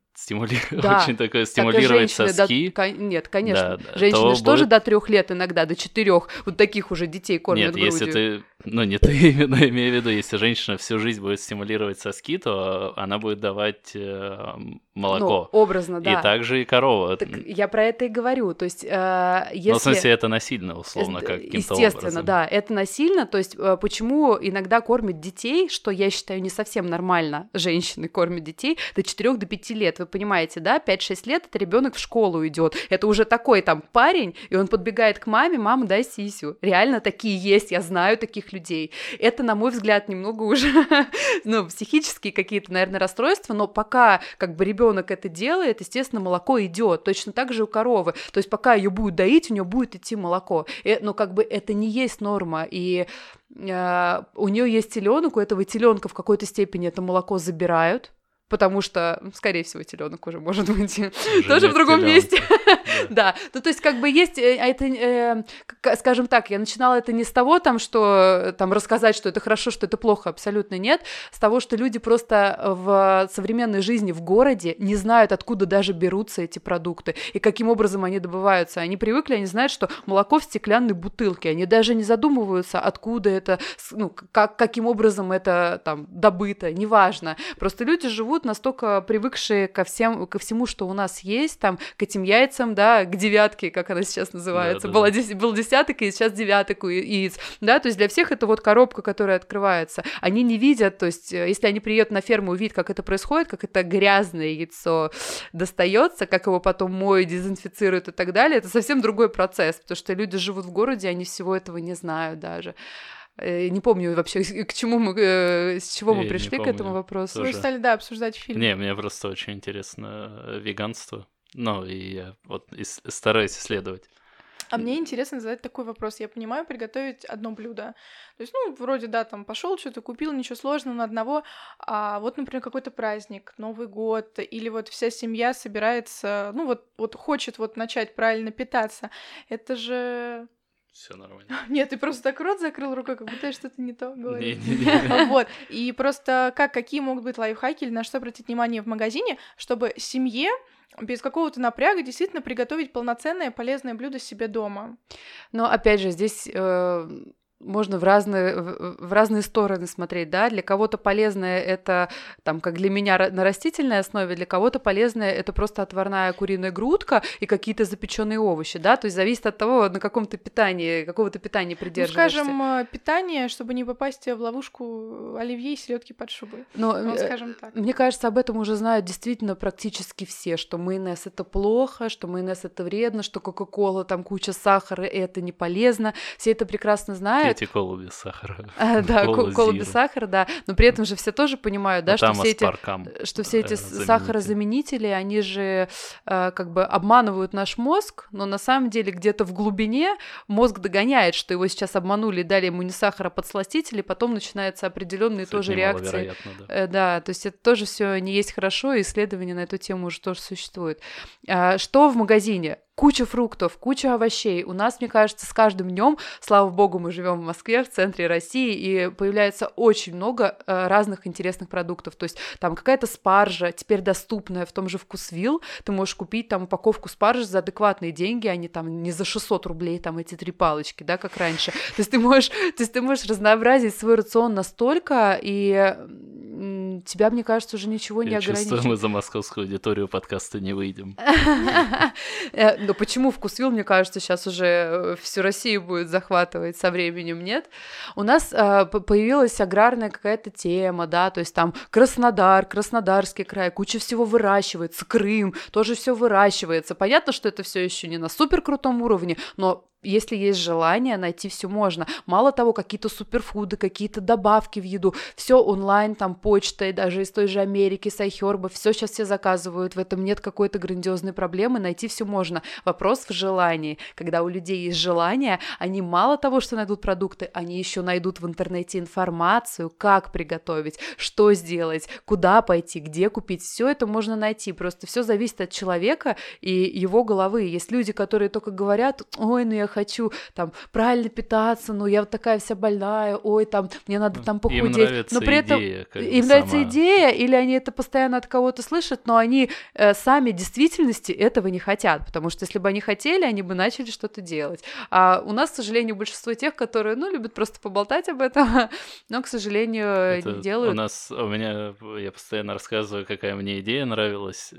Да, очень такое стимулировать соски. Нет, конечно. Да, женщины же тоже до 3 лет иногда, до 4, вот таких уже детей кормят грудью. Нет, если ты, не ты именно, имею в виду, если женщина всю жизнь будет стимулировать соски, то она будет давать молоко. Образно, да. И также и корова. Так я про это и говорю, то есть если... в смысле, это насильно, условно, каким-то образом. Естественно, да, это насильно, то есть почему иногда кормят детей, что я считаю не совсем нормально, женщины кормят детей до 4 до 5 лет, вы понимаете, да, 5-6 лет это ребенок в школу идет, это уже такой там парень, и он подбегает к маме, мама, дай сисю, реально такие есть, я знаю таких людей, это, на мой взгляд, немного уже, психические какие-то, наверное, расстройства, но пока ребенок это делает, естественно, молоко идет, точно так же у коровы, то есть пока ее будут доить, у нее будет идти молоко, но это не есть норма, и у нее есть теленок, у этого теленка в какой-то степени это молоко забирают, потому что, скорее всего, теленок уже может быть тоже в другом месте. Да, то есть есть, это, скажем так, я начинала это не с того, что рассказать, что это хорошо, что это плохо, абсолютно нет, с того, что люди просто в современной жизни в городе не знают, откуда даже берутся эти продукты и каким образом они добываются. Они привыкли, они знают, что молоко в стеклянной бутылке, они даже не задумываются, откуда это, каким образом это добыто, неважно. Просто люди живут настолько привыкшие ко всему, что у нас есть, к этим яйцам, да, к девятке, как она сейчас называется. Был десяток, и сейчас девяток у яиц, да, то есть для всех это коробка, которая открывается. Они не видят, то есть если они приедут на ферму и увидят, как это происходит, как это грязное яйцо достается, как его потом моют, дезинфицируют и так далее, это совсем другой процесс, потому что люди живут в городе, они всего этого не знают даже. Не помню вообще, с чего мы пришли к этому вопросу. Мы стали, обсуждать фильм. Мне просто очень интересно веганство. И я стараюсь исследовать. А мне интересно задать такой вопрос. Я понимаю, приготовить одно блюдо. То есть, вроде, пошел что-то купил, ничего сложного на одного. А например, какой-то праздник, Новый год, или вся семья собирается, хочет начать правильно питаться. Это же... Все нормально. Нет, ты просто так рот закрыл рукой, как будто я что-то не то говорю. Не. И просто какие могут быть лайфхаки или на что обратить внимание в магазине, чтобы семье без какого-то напряга действительно приготовить полноценное полезное блюдо себе дома? Но опять же, здесь можно в разные стороны смотреть, да, для кого-то полезное это, как для меня, на растительной основе, для кого-то полезное это просто отварная куриная грудка и какие-то запеченные овощи, да, то есть зависит от того, на какого-то питания придерживаешься. Скажем, питание, чтобы не попасть в ловушку оливье и селедки под шубой. Скажем так. Мне кажется, об этом уже знают действительно практически все, что майонез это плохо, что майонез это вредно, что кока-кола куча сахара, и это не полезно, все это прекрасно знают. Эти колу без сахара. Да, колу без сахара, да. Но при этом же все тоже понимают, да, что все эти сахарозаменители, они же обманывают наш мозг, но на самом деле где-то в глубине мозг догоняет, что его сейчас обманули, дали ему не сахар, а подсластители, потом начинаются определенные тоже реакции. Да, то есть это тоже все не есть хорошо, и исследования на эту тему уже тоже существуют. Что в магазине? куча фруктов, куча овощей. У нас, мне кажется, с каждым днем, слава богу, мы живем в Москве, в центре России, и появляется очень много разных интересных продуктов. То есть там какая-то спаржа, теперь доступная в том же Вкусвилл, ты можешь купить там упаковку спаржи за адекватные деньги, а не там не за 600 рублей, там эти 3 палочки, да, как раньше. То есть ты можешь разнообразить свой рацион настолько, и тебя, мне кажется, уже ничего не ограничивает. Я чувствую, мы за московскую аудиторию подкаста не выйдем. Но почему Вкусвилл, мне кажется, сейчас уже всю Россию будет захватывать со временем, нет? У нас появилась аграрная какая-то тема, да, то есть там Краснодар, Краснодарский край, куча всего выращивается, Крым, тоже все выращивается. Понятно, что это все еще не на супер крутом уровне, но если есть желание, найти все можно. Мало того, какие-то суперфуды, какие-то добавки в еду, все онлайн, там почтой, даже из той же Америки, с iHerb, все сейчас все заказывают, в этом нет какой-то грандиозной проблемы, найти все можно. Вопрос в желании. Когда у людей есть желание, они мало того, что найдут продукты, они еще найдут в интернете информацию, как приготовить, что сделать, куда пойти, где купить. Все это можно найти. Просто все зависит от человека и его головы. Есть люди, которые только говорят: ой, ну я хочу там правильно питаться, ну я вот такая вся больная, ой, там мне надо там похудеть. Но при этом им нравится идея, или они это постоянно от кого-то слышат, но они сами в действительности этого не хотят, потому что если бы они хотели, они бы начали что-то делать. А у нас, к сожалению, большинство тех, которые, ну, любят просто поболтать об этом, но, к сожалению, не делают. У меня, я постоянно рассказываю, какая мне идея нравилась.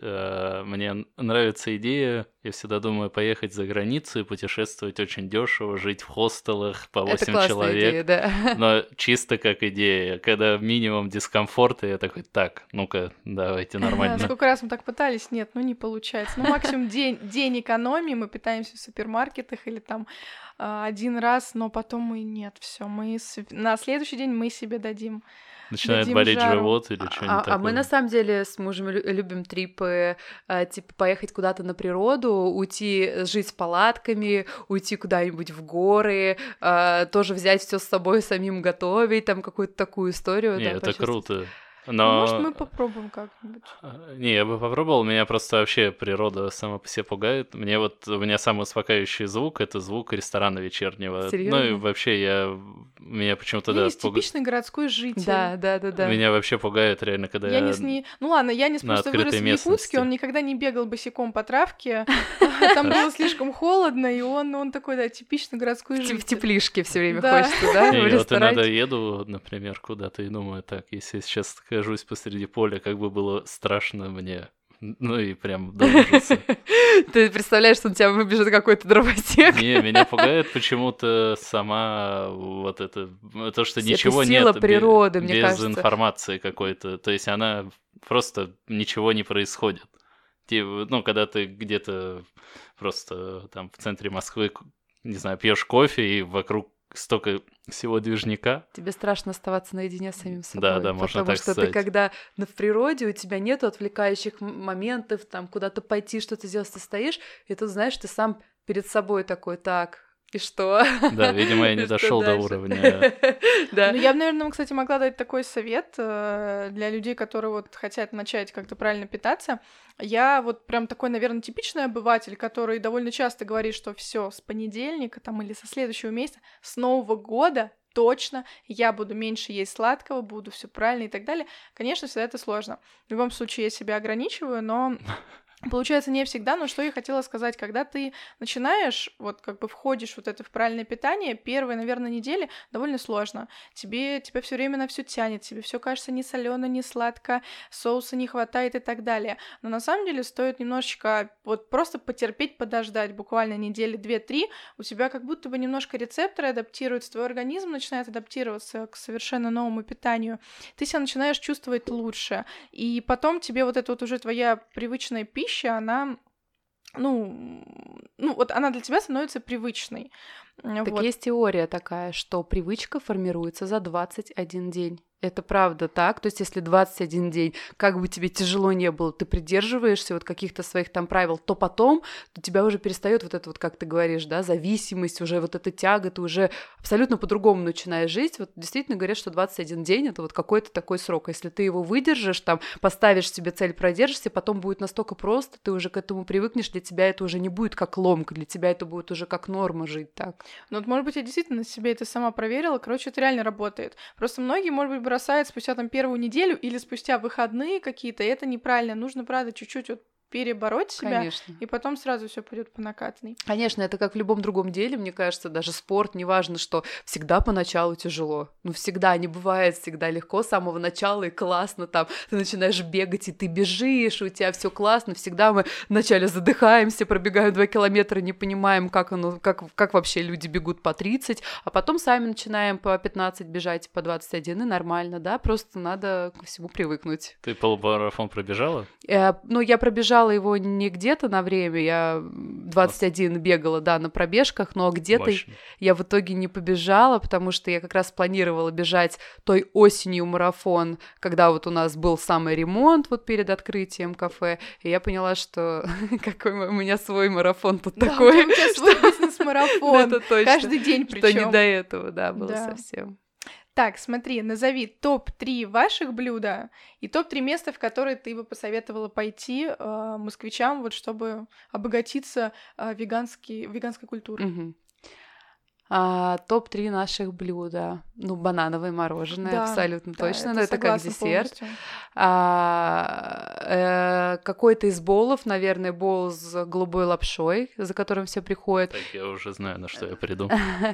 Мне нравится идея, я всегда думаю, поехать за границу и путешествовать очень дешево, жить в хостелах по 8 человек. Идея, да. Но чисто как идея, когда минимум дискомфорта, я такой: так, ну-ка, давайте нормально. Сколько раз мы так пытались, нет, ну не получается. Ну максимум день экономии, мы питаемся в супермаркетах или там один раз, но потом мы нет, все, мы на следующий день мы себе дадим. Начинает болеть живот или что-нибудь такое. А мы на самом деле с мужем любим трипы, типа поехать куда-то на природу, уйти жить с палатками, уйти куда-нибудь в горы, тоже взять все с собой, самим готовить, там какую-то такую историю. Не, да, это круто. Но... Может, мы попробуем как-нибудь. Не, я бы попробовал. Меня просто вообще природа сама по себе пугает. У меня самый успокаивающий звук — это звук ресторана вечернего. Серьёзно? Ну и вообще меня почему-то есть типичный городской житель. Да. Меня вообще пугает реально, когда Ну ладно, Янис просто вырос в Якутске, он никогда не бегал босиком по травке. Там было слишком холодно, и он такой, да, типичный городской житель. В теплишке все время хочется, да? И вот иногда еду, например, куда-то и думаю: так, если я сейчас окажусь посреди поля, как бы было страшно мне. Ну и прям до ужаса. Ты представляешь, что на тебя выбежит какой-то дровосек? Не, меня пугает почему-то сама вот это, то, что ничего это сила нет природы, мне без кажется. информации какой-то. То есть она просто ничего не происходит. Ну, когда ты где-то просто там в центре Москвы, не знаю, пьешь кофе, и вокруг столько всего движника. Тебе страшно оставаться наедине с самим собой. Да, можно Потому так что сказать. ты, когда в природе, у тебя нету отвлекающих моментов, там куда-то пойти, что-то сделать, ты стоишь, и тут, знаешь, ты сам перед собой такой: так, и что? Да, видимо, я не дошел до уровня. Да. Ну, я бы, наверное, кстати, могла дать такой совет для людей, которые вот хотят начать как-то правильно питаться. Я вот прям такой, наверное, типичный обыватель, который довольно часто говорит, что все с понедельника там или со следующего месяца, с Нового года точно я буду меньше есть сладкого, буду все правильно и так далее. Конечно, всегда это сложно. В любом случае я себя ограничиваю, но получается не всегда. Но что я хотела сказать, когда ты начинаешь, вот как бы входишь вот это в правильное питание, первые, наверное, недели довольно сложно. Тебя все время на все тянет, тебе все кажется не солено, не сладко, соуса не хватает и так далее. Но на самом деле стоит немножечко вот просто потерпеть, подождать, буквально недели 2-3, у тебя как будто бы немножко рецепторы адаптируются, твой организм начинает адаптироваться к совершенно новому питанию, ты себя начинаешь чувствовать лучше, и потом тебе вот эта вот уже твоя привычная пища, она, вот она для тебя становится привычной. Так есть теория такая, что привычка формируется за 21 день. Это правда так. То есть, если 21 день, как бы тебе тяжело не было, ты придерживаешься вот каких-то своих там правил, то потом у тебя уже перестает вот это вот, как ты говоришь, да, зависимость, уже вот эта тяга, ты уже абсолютно по-другому начинаешь жить. Вот действительно говорят, что 21 день — это вот какой-то такой срок. Если ты его выдержишь, там, поставишь себе цель, продержишься, потом будет настолько просто, ты уже к этому привыкнешь, для тебя это уже не будет как ломка, для тебя это будет уже как норма жить так. Ну вот, может быть, я действительно себе это сама проверила. Короче, это реально работает. Просто многие, может быть, бросают спустя там первую неделю или спустя выходные какие-то, и это неправильно. Нужно, правда, чуть-чуть вот перебороть себя, Конечно. и потом сразу все пойдет по накатанной. Конечно, это как в любом другом деле, мне кажется, даже спорт, неважно что, всегда поначалу тяжело. Ну, всегда, не бывает всегда легко с самого начала и классно там. Ты начинаешь бегать, и ты бежишь, и у тебя все классно. Всегда мы вначале задыхаемся, пробегаем 2 километра, не понимаем, как вообще люди бегут по 30, а потом сами начинаем по 15 бежать, по 21, и нормально, да, просто надо ко всему привыкнуть. Ты полумарафон пробежала? Ну, я пробежала его не где-то на время, я 21 бегала, да, на пробежках, но где-то Мощно. я в итоге не побежала, потому что я как раз планировала бежать той осенью марафон, когда вот у нас был самый ремонт вот перед открытием кафе, и я поняла, что какой у меня свой марафон тут такой. У тебя свой бизнес-марафон. Это точно. Каждый день причем. Что не до этого, да, было Да. совсем. Так, смотри, назови топ-3 ваших блюда и топ-3 места, в которые ты бы посоветовала пойти москвичам, вот чтобы обогатиться веганской культурой. Мгм. Топ-3 наших блюда. Ну, банановое мороженое, Да, абсолютно да, точно, но это как согласна десерт. полностью. Какой-то из болов, наверное, бол с голубой лапшой, за которым все приходят. Так, я уже знаю, на что я приду.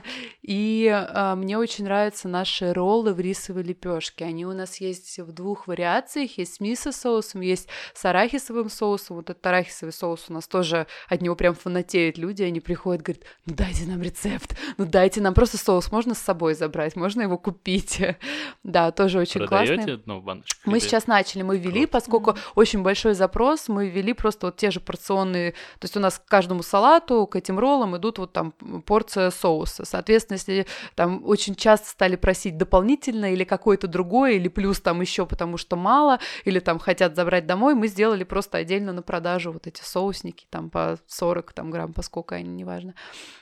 И мне очень нравятся наши роллы в рисовой лепешке. Они у нас есть в 2 вариациях. Есть с мисо-соусом, есть с арахисовым соусом. Вот этот арахисовый соус у нас тоже, от него прям фанатеют люди. Они приходят, говорят, ну дайте нам рецепт, ну дайте нам просто соус. Можно с собой забрать, можно его купить. Да, тоже очень классно. Продаёте одну баночку? Мы или- сейчас начали, мы ввели, Круто. поскольку очень большой запрос, мы ввели просто вот те же порционные, то есть у нас к каждому салату, к этим роллам идут вот там порция соуса. Соответственно, если там очень часто стали просить дополнительно или какое-то другое, или плюс там еще потому что мало, или там хотят забрать домой, мы сделали просто отдельно на продажу вот эти соусники, там по 40 там, грамм, по сколько они, неважно.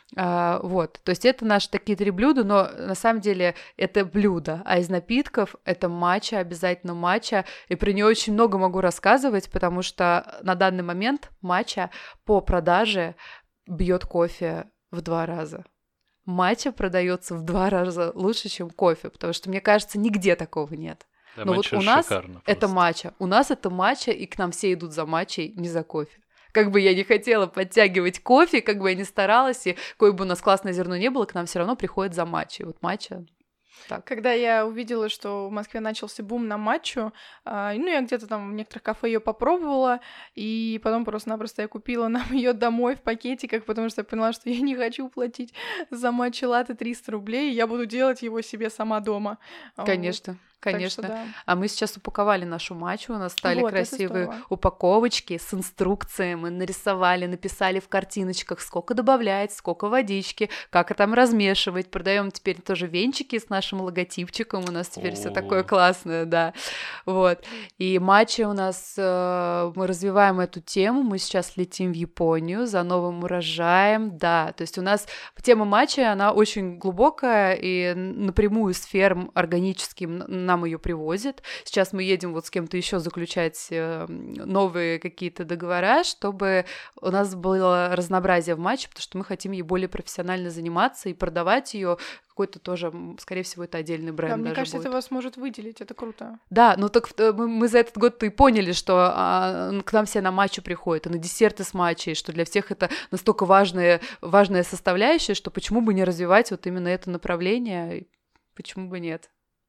Вот, то есть это наши такие 3 блюда, но на самом деле это блюдо, а из напитков это матча, обязательно матча, и про нее очень много могу рассказывать, потому что на данный момент матча по продаже бьет кофе в 2 раза. Матча продается в 2 раза лучше, чем кофе, потому что, мне кажется, нигде такого нет. Да, Но вот матча у нас шикарно это просто. матча, у нас это матча, и к нам все идут за матчей, не за кофе. Как бы я не хотела подтягивать кофе, как бы я ни старалась, и какое бы у нас классное зерно не было, к нам все равно приходит за матчей. Вот матча. Так. Когда я увидела, что в Москве начался бум на матчу, ну, я где-то там в некоторых кафе ее попробовала, и потом просто-напросто я купила нам ее домой в пакетиках, потому что я поняла, что я не хочу платить за матча латте 300 рублей, и я буду делать его себе сама дома. Конечно. Вот. Конечно. Так что да. А мы сейчас упаковали нашу матчу, у нас стали Вот, это красивые здорово. упаковочки с инструкцией, мы нарисовали, написали в картиночках, сколько добавлять, сколько водички, как там размешивать. Продаем теперь тоже венчики с нашим логотипчиком, у нас теперь все такое О. классное, да. Вот. И матча у нас, мы развиваем эту тему, мы сейчас летим в Японию за новым урожаем, да. То есть у нас тема матча, она очень глубокая, и напрямую с ферм органическим нам ее привозят. Сейчас мы едем вот с кем-то еще заключать новые какие-то договора, чтобы у нас было разнообразие в матче, потому что мы хотим ей более профессионально заниматься и продавать ее какой-то тоже, скорее всего, это отдельный бренд. Да, мне даже кажется, будет. это вас может выделить, это круто. Да, ну так мы за этот год-то и поняли, что к нам все на матчу приходят, и на десерты с матчей, что для всех это настолько важная составляющая, что почему бы не развивать вот именно это направление, почему бы нет.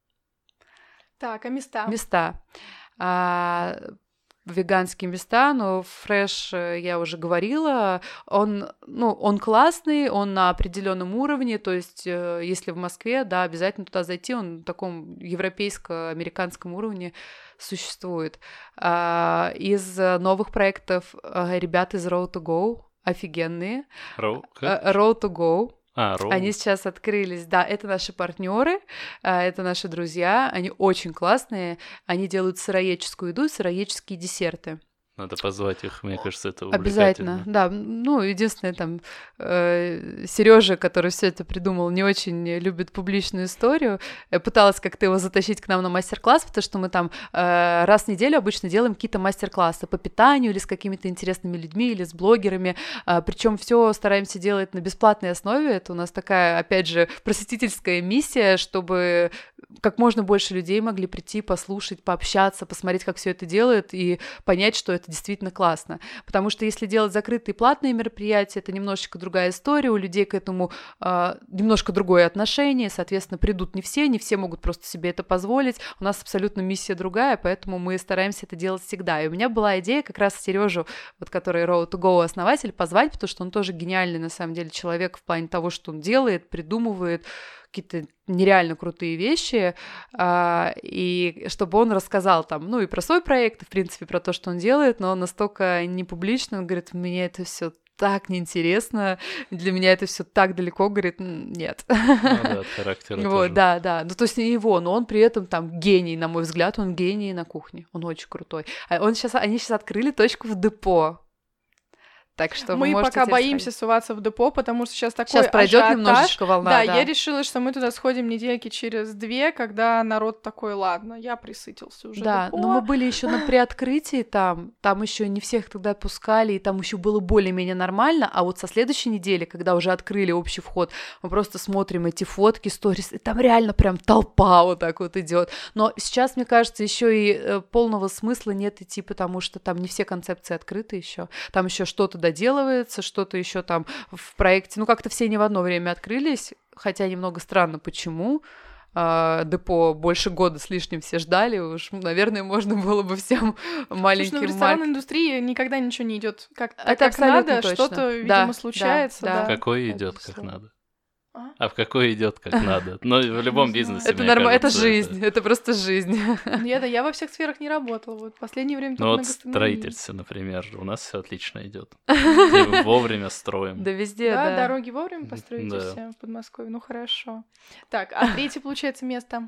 Так, а места? Места. Веганские места, но фреш, я уже говорила, он классный, он на определенном уровне, то есть если в Москве, да, обязательно туда зайти, он на таком европейско-американском уровне существует. Из новых проектов ребята из Road to Go офигенные. Road to Go. Роу. Они сейчас открылись, да, это наши партнеры, это наши друзья, они очень классные, они делают сыроедческую еду, сыроедческие десерты. Надо позвать их, мне кажется, это Обязательно, да. Ну, единственное, там, Сережа, который все это придумал, не очень любит публичную историю. Я пыталась как-то его затащить к нам на мастер-класс, потому что мы там раз в неделю обычно делаем какие-то мастер-классы по питанию или с какими-то интересными людьми, или с блогерами. Причем все стараемся делать на бесплатной основе. Это у нас такая, опять же, просветительская миссия, чтобы как можно больше людей могли прийти, послушать, пообщаться, посмотреть, как все это делают, и понять, что это действительно классно. Потому что если делать закрытые платные мероприятия, это немножечко другая история, у людей к этому немножко другое отношение, соответственно, придут не все могут просто себе это позволить. У нас абсолютно миссия другая, поэтому мы стараемся это делать всегда. И у меня была идея как раз Сережу, вот который Road to Go основатель, позвать, потому что он тоже гениальный, на самом деле, человек в плане того, что он делает, придумывает, какие-то нереально крутые вещи, и чтобы он рассказал там, ну и про свой проект, и, в принципе, про то, что он делает, но он настолько не публично, он говорит, мне это все так неинтересно, для меня это все так далеко, говорит, нет. Ну да, от характера Вот, тоже. да, ну то есть не его, но он при этом там гений, на мой взгляд, он гений на кухне, он очень крутой. Они сейчас открыли точку в депо. Так что мы пока боимся суваться в депо, потому что сейчас такой пройдет ажиотаж. Немножечко волна, да, я решила, что мы туда сходим недельки через 2, когда народ такой, ладно, я присытился уже. Да, депо. но мы были еще на приоткрытии там еще не всех тогда пускали, и там еще было более-менее нормально, а вот со следующей недели, когда уже открыли общий вход, мы просто смотрим эти фотки, сторис, и там реально прям толпа вот так вот идет. Но сейчас, мне кажется, еще и полного смысла нет идти, потому что там не все концепции открыты еще, там еще что-то доделывается, что-то еще там в проекте. Ну, как-то все не в одно время открылись, хотя немного странно, почему. Депо больше года с лишним все ждали, уж, наверное, можно было бы всем маленьким... Слушай, в ресторанной индустрии никогда ничего не идет как надо, точно. Что-то, видимо, случается. Да. В какой идет как надо? А в какой идет как надо? Но в любом бизнесе, это нормально, это жизнь, это просто жизнь. Я во всех сферах не работала, вот в последнее время только Ну на вот в гастрономии. строительстве, например, у нас все отлично идет. Вовремя строим. Да везде, Да, дороги вовремя построите Да. все в Подмосковье, ну хорошо. Так, а третье, получается, место?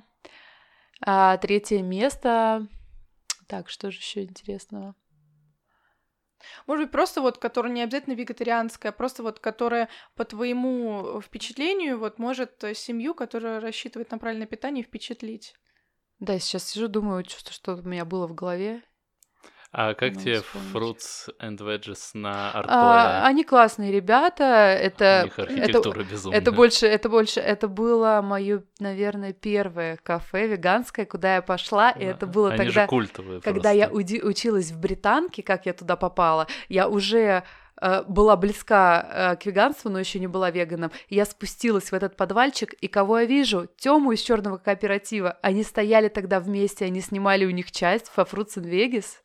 Третье место... Так, что же еще интересного? Может быть, просто вот, которая не обязательно вегетарианская, просто вот, которая по твоему впечатлению вот может семью, которая рассчитывает на правильное питание, впечатлить. Да, сейчас сижу, думаю, что у меня было в голове. А как Могу тебе вспомнить. Fruits and Veggies на Артуре? Они классные ребята, У них архитектура безумная. это было мое, наверное, первое кафе веганское, куда я пошла, и это было Они тогда, же культовые когда просто. я училась в Британке, как я туда попала, я уже была близка к веганству, но еще не была веганом. Я спустилась в этот подвальчик, и кого я вижу? Тему из черного кооператива. Они стояли тогда вместе, они снимали у них часть во Fruits and Vegas.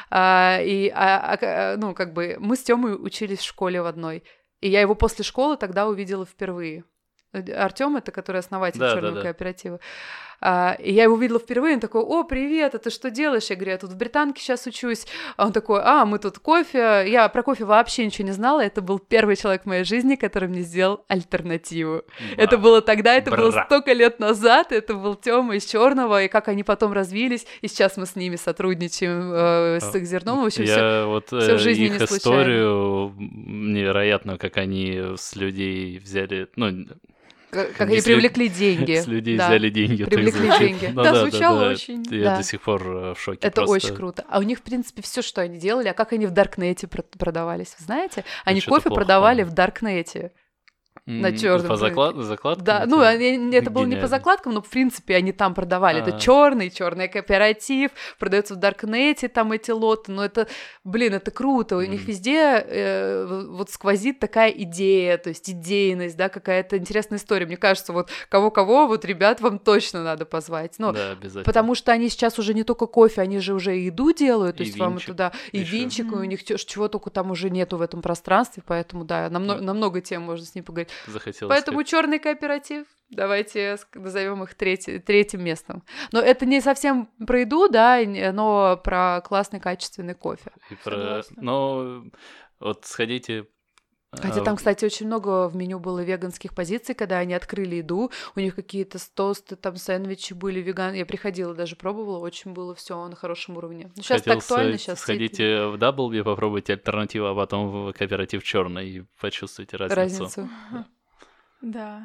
Ну, как бы мы с Тёмой учились в школе в одной. И я его после школы тогда увидела впервые. Артём, это который основатель черного кооператива. И я его увидела впервые, он такой: о, привет, а ты что делаешь? Я говорю, я тут в Британке сейчас учусь. А он такой: мы тут кофе. Я про кофе вообще ничего не знала. Это был первый человек в моей жизни, который мне сделал альтернативу. Это было тогда, это было столько лет назад. Это был Тёма из Черного, и как они потом развились. И сейчас мы с ними сотрудничаем с их зерном. В общем, я вот всё в жизни их не случайно. историю невероятно, как они с людей взяли, ну, как они привлекли деньги. С людей Да. взяли деньги. Привлекли так звучит. деньги. Ну Да, звучало очень. Я Да. до сих пор в шоке. Это просто. очень круто. А у них, в принципе, все, что они делали, а как они в Даркнете продавались, вы знаете? Они что-то кофе плохо продавали помню. в Даркнете. На чёрном По рынке. закладкам? Да, ну, это было не по Гениально. закладкам, но, в принципе, они там продавали. Это черный кооператив, продается в Даркнете там эти лоты. Но это, блин, это круто. У них везде вот сквозит такая идея, то есть идейность, да, какая-то интересная история. Мне кажется, вот кого-кого, вот ребят вам точно надо позвать. Ну, Да, обязательно. потому что они сейчас уже не только кофе, они же уже и еду делают, то И есть вам и винчик туда, и ещё. винчик, и у них чего только там уже нету в этом пространстве, поэтому, да, на много тем можно с ним поговорить. Захотелось. Поэтому черный кооператив, давайте назовем их третьим местом. Но это не совсем про еду, да, но про классный качественный кофе. Но вот сходите, Хотя там, кстати, очень много в меню было веганских позиций, когда они открыли еду, у них какие-то тосты, там сэндвичи были веган. Я приходила, даже пробовала, очень было все на хорошем уровне. Ну, сейчас это актуально, сейчас сходите в Даблби, попробуйте альтернативу, а потом в кооператив Черный и почувствуйте разницу. Да.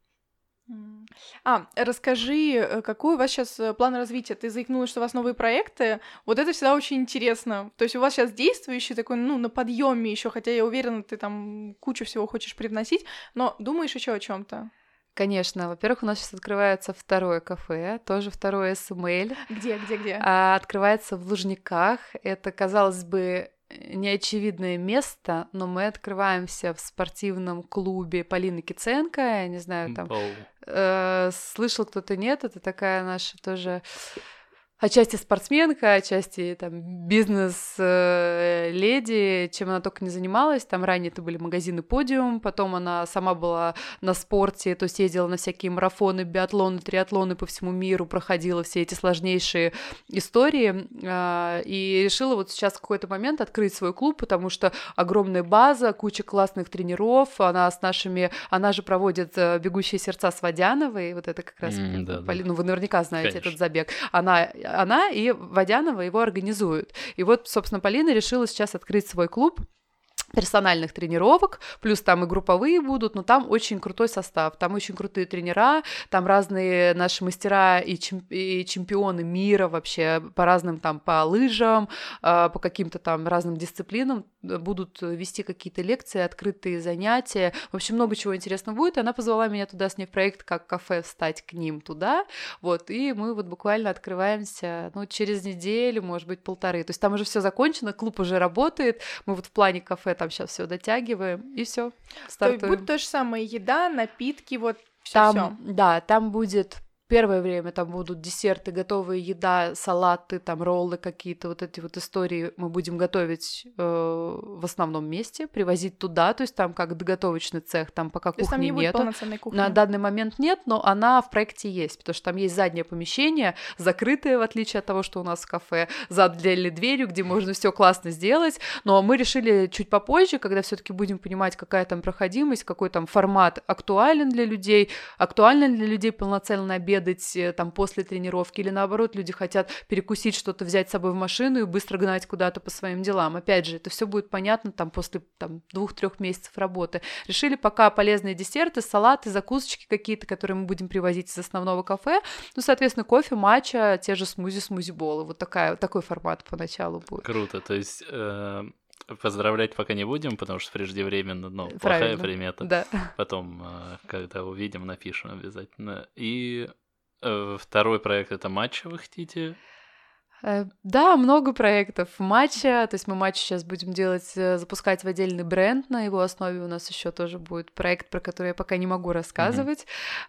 Расскажи, какой у вас сейчас план развития? Ты заикнулась, что у вас новые проекты. Вот это всегда очень интересно. То есть у вас сейчас действующий такой, на подъеме еще, хотя я уверена, ты там кучу всего хочешь привносить, но думаешь еще о чем-то? Конечно. Во-первых, у нас сейчас открывается второе кафе, тоже второе СМЛ. Где? Открывается в Лужниках. Это, казалось бы, неочевидное место, но мы открываемся в спортивном клубе Полины Киценко, я не знаю, там слышал кто-то, нет, это такая наша тоже отчасти спортсменка, отчасти там бизнес-леди, чем она только не занималась. Там ранее это были магазины «Подиум», потом она сама была на спорте, то есть ездила на всякие марафоны, биатлоны, триатлоны по всему миру, проходила все эти сложнейшие истории, и решила вот сейчас в какой-то момент открыть свой клуб, потому что огромная база, куча классных тренеров, она же проводит «Бегущие сердца» с Водяновой, вот это как раз, вы наверняка знаете этот забег. Она и Водянова его организуют. И вот, собственно, Полина решила сейчас открыть свой клуб персональных тренировок, плюс там и групповые будут, но там очень крутой состав, там очень крутые тренера, там разные наши мастера и чемпионы мира вообще по разным там, по лыжам, по каким-то там разным дисциплинам будут вести какие-то лекции, открытые занятия, в общем, много чего интересного будет, и она позвала меня туда с ней в проект «Как кафе» встать к ним туда, вот, и мы вот буквально открываемся, через неделю, может быть, полторы, то есть там уже все закончено, клуб уже работает, мы вот в плане кафе там сейчас все дотягиваем, и все стартуем. То есть будет то же самое, еда, напитки, вот все. Там, да, там будет первое время, там будут десерты, готовая еда, салаты, там роллы какие-то, вот эти вот истории мы будем готовить в основном месте, привозить туда, то есть там как доготовочный цех, там пока кухни там не нету. Будет полноценной кухни? На данный момент нет, но она в проекте есть, потому что там есть заднее помещение, закрытое, в отличие от того, что у нас в кафе, за отдельной дверью, где можно все классно сделать, но мы решили чуть попозже, когда все-таки будем понимать, какая там проходимость, какой там формат актуален для людей полноценный обед, там после тренировки, или наоборот, люди хотят перекусить что-то, взять с собой в машину и быстро гнать куда-то по своим делам. Опять же, это все будет понятно там после 2-3 месяцев работы. Решили пока полезные десерты, салаты, закусочки какие-то, которые мы будем привозить из основного кафе. Соответственно, кофе, матча, те же смузи-болы. Вот такой формат поначалу будет. Круто, то есть... Поздравлять пока не будем, потому что преждевременно, плохая примета. Да. Потом, когда увидим, напишем обязательно. И второй проект — это матча, вы хотите? Да, много проектов матча, то есть мы матч сейчас будем запускать в отдельный бренд, на его основе у нас еще тоже будет проект, про который я пока не могу рассказывать.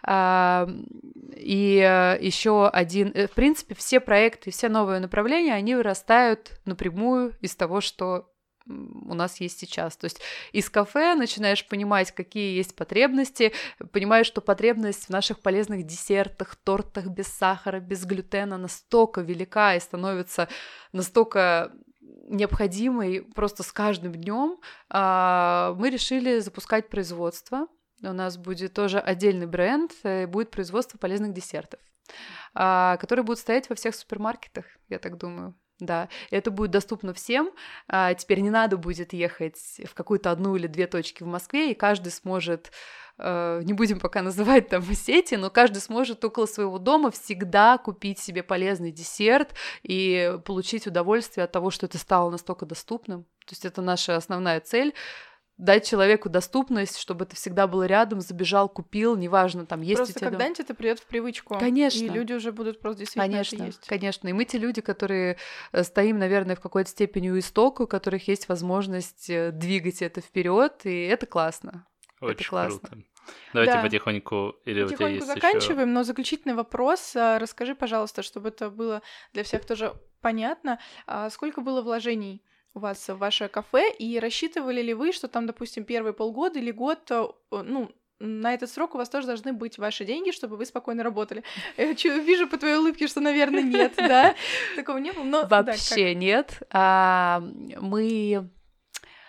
И еще один, в принципе, все проекты, все новые направления, они вырастают напрямую из того, что у нас есть сейчас. То есть из кафе начинаешь понимать, какие есть потребности, понимаешь, что потребность в наших полезных десертах, тортах без сахара, без глютена настолько велика и становится настолько необходимой просто с каждым днем. Мы решили запускать производство. У нас будет тоже отдельный бренд, будет производство полезных десертов, которые будут стоять во всех супермаркетах, я так думаю. Да, это будет доступно всем. Теперь не надо будет ехать в какую-то одну или две точки в Москве, и каждый сможет, не будем пока называть там сети, но каждый сможет около своего дома всегда купить себе полезный десерт и получить удовольствие от того, что это стало настолько доступным. То есть это наша основная цель. Дать человеку доступность, чтобы это всегда было рядом, забежал, купил, неважно, там есть просто у тебя... Просто когда-нибудь это придёт в привычку. Конечно. И люди уже будут просто действительно это есть. Конечно. И мы те люди, которые стоим, наверное, в какой-то степени у истока, у которых есть возможность двигать это вперед, и это классно. Очень это классно. Круто. Давайте потихоньку, или у тебя есть заканчиваем, ещё... но заключительный вопрос. Расскажи, пожалуйста, чтобы это было для всех тоже понятно, сколько было вложений у вас в ваше кафе, и рассчитывали ли вы, что там, допустим, первые полгода или год, на этот срок у вас тоже должны быть ваши деньги, чтобы вы спокойно работали? Я вижу по твоей улыбке, что, наверное, нет, да? Такого не было, но... Вообще нет.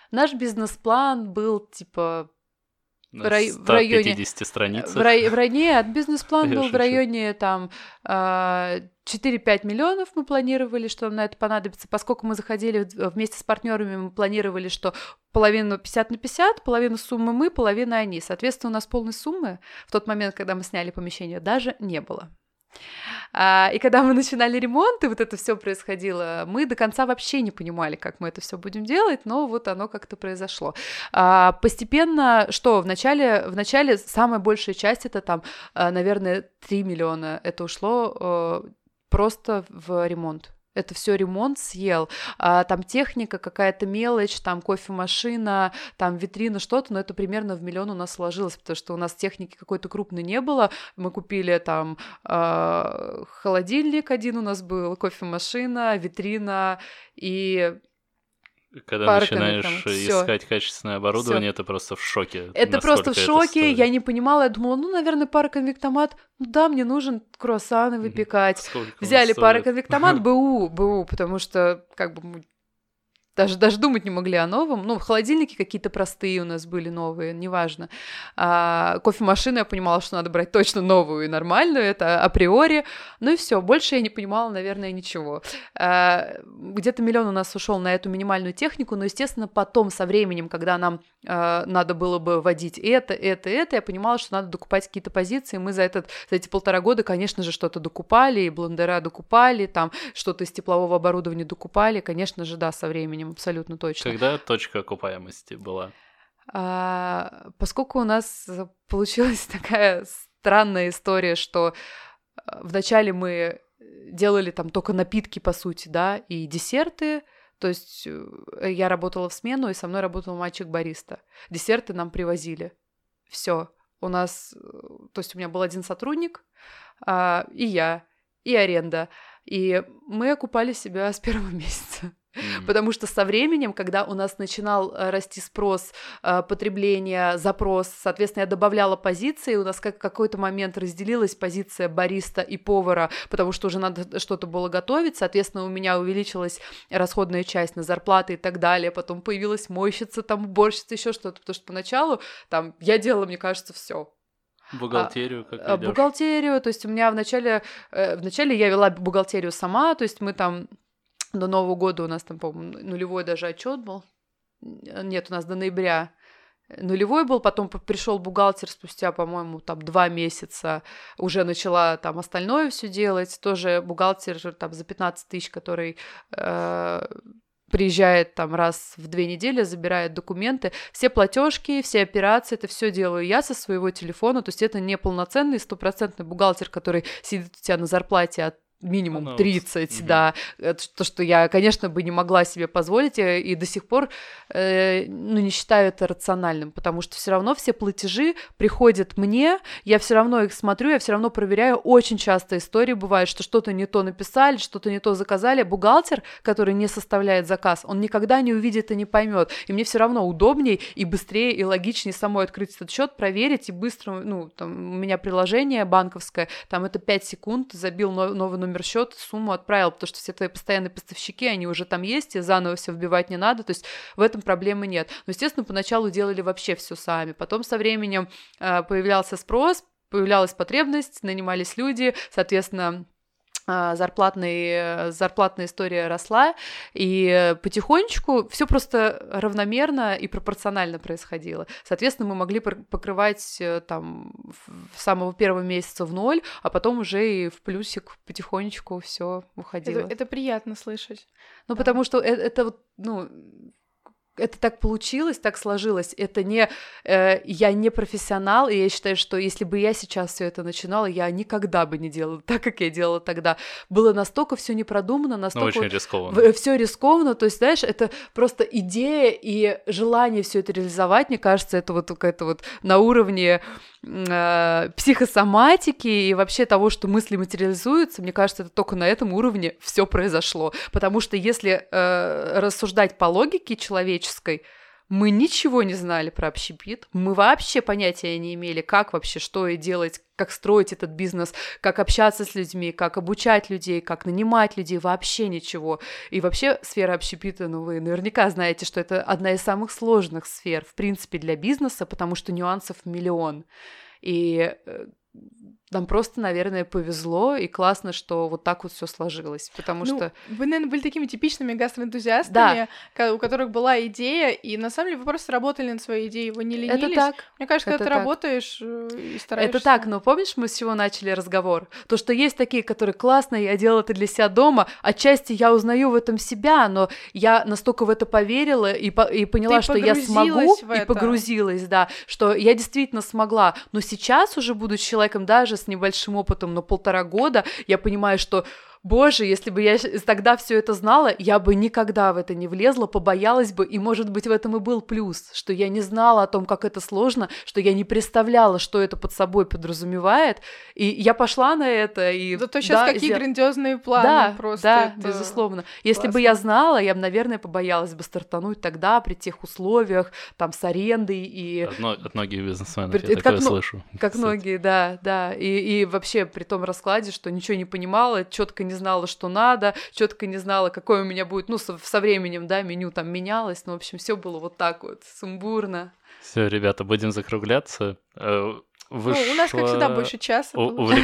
Наш бизнес-план был, типа, на 150 страницах. В районе, бизнес-план был в районе, там, 4-5 миллионов мы планировали, что нам на это понадобится. Поскольку мы заходили вместе с партнерами, мы планировали, что половину 50/50, половину суммы мы, половину они. Соответственно, у нас полной суммы в тот момент, когда мы сняли помещение, даже не было. И когда мы начинали ремонт, и вот это все происходило, мы до конца вообще не понимали, как мы это все будем делать, но вот оно как-то произошло. Постепенно, что вначале самая большая часть, это там, наверное, 3 миллиона, это ушло просто в ремонт. Это все ремонт съел. Там техника, какая-то мелочь, там кофемашина, там витрина, что-то, но это примерно в миллион у нас сложилось, потому что у нас техники какой-то крупной не было. Мы купили там холодильник один у нас был, кофемашина, витрина и... Когда начинаешь искать качественное оборудование, это просто в шоке. Это просто в шоке, я не понимала, я думала, наверное, пароконвектомат, да, мне нужен круассаны выпекать. Взяли пароконвектомат, БУ, потому что, как бы, мы даже думать не могли о новом. Ну, холодильники какие-то простые у нас были новые, неважно. Кофемашину я понимала, что надо брать точно новую и нормальную, это априори. Ну и все, больше я не понимала, наверное, ничего. Где-то миллион у нас ушел на эту минимальную технику, но, естественно, потом, со временем, когда нам надо было бы вводить это, я понимала, что надо докупать какие-то позиции. Мы за эти 1,5 года, конечно же, что-то докупали, и блендера докупали, там что-то из теплового оборудования докупали, конечно же, да, со временем. Абсолютно точно. Когда точка окупаемости была? Поскольку у нас получилась такая странная история, что вначале мы делали там только напитки, по сути, да, и десерты, то есть я работала в смену, и со мной работал мальчик-бариста. Десерты нам привозили. Все. У нас, то есть у меня был один сотрудник, и я, и аренда. И мы окупали себя с первого месяца. Потому что со временем, когда у нас начинал расти спрос, потребление, запрос, соответственно, я добавляла позиции, у нас в какой-то момент разделилась позиция бариста и повара, потому что уже надо что-то было готовить, соответственно, у меня увеличилась расходная часть на зарплаты и так далее, потом появилась мойщица, там, уборщица, еще что-то, потому что поначалу там я делала, мне кажется, все. Бухгалтерию как ведёшь? Бухгалтерию, то есть у меня вначале я вела бухгалтерию сама, то есть мы там до Нового года у нас там, по-моему, нулевой даже отчет был. Нет, у нас до ноября нулевой был, потом пришел бухгалтер спустя, по-моему, там 2 месяца, уже начала там остальное все делать. Тоже бухгалтер там за 15 тысяч, который приезжает там раз в 2 недели, забирает документы. Все платежки, все операции, это все делаю я со своего телефона. То есть это не полноценный 100% бухгалтер, который сидит у тебя на зарплате от минимум 30, да, то, что я, конечно, бы не могла себе позволить, и до сих пор, не считаю это рациональным, потому что все равно все платежи приходят мне, я все равно их смотрю, я все равно проверяю, очень часто истории бывают, что что-то не то написали, что-то не то заказали, бухгалтер, который не составляет заказ, он никогда не увидит и не поймет, и мне все равно удобнее и быстрее и логичнее самой открыть этот счет, проверить и быстро, там у меня приложение банковское, там это 5 секунд, забил новый номер счета, сумму отправил, потому что все твои постоянные поставщики, они уже там есть, и заново все вбивать не надо, то есть в этом проблемы нет. Но, естественно, поначалу делали вообще все сами, потом со временем появлялся спрос, появлялась потребность, нанимались люди, соответственно, зарплатная история росла, и потихонечку все просто равномерно и пропорционально происходило. Соответственно, мы могли покрывать там с самого первого месяца в ноль, а потом уже и в плюсик потихонечку все уходило. Это приятно слышать. Ну, да. Потому что это это так получилось, так сложилось. Это не... я не профессионал, и я считаю, что если бы я сейчас все это начинала, я никогда бы не делала так, как я делала тогда. Было настолько все не продумано, настолько... очень рискованно. Все рискованно, то есть, знаешь, это просто идея и желание все это реализовать, мне кажется, это вот какая-то вот на уровне психосоматики и вообще того, что мысли материализуются, мне кажется, это только на этом уровне все произошло. Потому что если рассуждать по логике человеческой, Мы ничего не знали про общепит, мы вообще понятия не имели, как вообще, что и делать, как строить этот бизнес, как общаться с людьми, как обучать людей, как нанимать людей, вообще ничего. И вообще сфера общепита, ну вы наверняка знаете, что это одна из самых сложных сфер, в принципе, для бизнеса, потому что нюансов миллион. И нам просто, наверное, повезло, и классно, что вот так вот все сложилось, потому что... Вы, наверное, были такими типичными гастроэнтузиастами, у которых была идея, и на самом деле вы просто работали над своей идеей, вы не ленились. Это так. Мне кажется, когда ты работаешь и стараешься... Это так, но помнишь, мы с чего начали разговор? То, что есть такие, которые классно, я делала это для себя дома, отчасти я узнаю в этом себя, но я настолько в это поверила и поняла, что я смогу, и погрузилась, да, что я действительно смогла. Но сейчас уже, будучи человеком даже с небольшим опытом, но 1,5 года, я понимаю, что боже, если бы я тогда все это знала, я бы никогда в это не влезла, побоялась бы, и, может быть, в этом и был плюс, что я не знала о том, как это сложно, что я не представляла, что это под собой подразумевает, и я пошла на это, и... Зато сейчас какие грандиозные планы просто. Да, безусловно. Если бы я знала, я бы, наверное, побоялась бы стартануть тогда, при тех условиях, там, с арендой и... От многих бизнесменов я такое слышу. Как многие, да. И вообще при том раскладе, что ничего не понимала, четко не знала, что надо, четко не знала, какое у меня будет, ну, со временем, да, меню там менялось, но, в общем, все было вот так вот, сумбурно. Все, ребята, будем закругляться. У нас, как всегда, больше часа.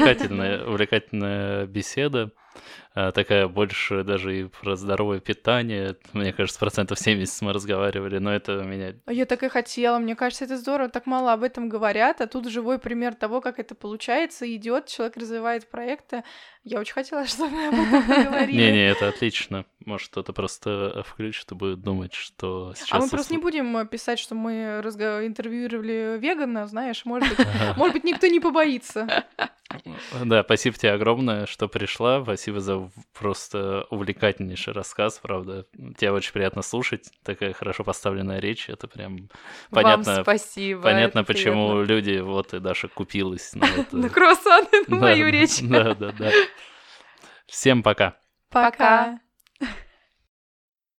Увлекательная беседа. Такая больше даже и про здоровое питание. Мне кажется, 70% мы разговаривали, но это меня... Я так и хотела. Мне кажется, это здорово. Так мало об этом говорят, а тут живой пример того, как это получается. Идет, человек развивает проекты. Я очень хотела, чтобы мы об этом поговорили. Не-не, это отлично. Может, кто-то просто включит и будет думать, что сейчас... А мы просто не будем писать, что мы интервьюировали вегана, знаешь, может быть, никто не побоится. Да, спасибо тебе огромное, что пришла. Спасибо за просто увлекательнейший рассказ, правда. Тебя очень приятно слушать. Такая хорошо поставленная речь. Это прям понятно. Вам спасибо. Понятно, почему люди, вот и Даша купилась на это. На круассаны, на мою речь. Да. Всем пока. Пока.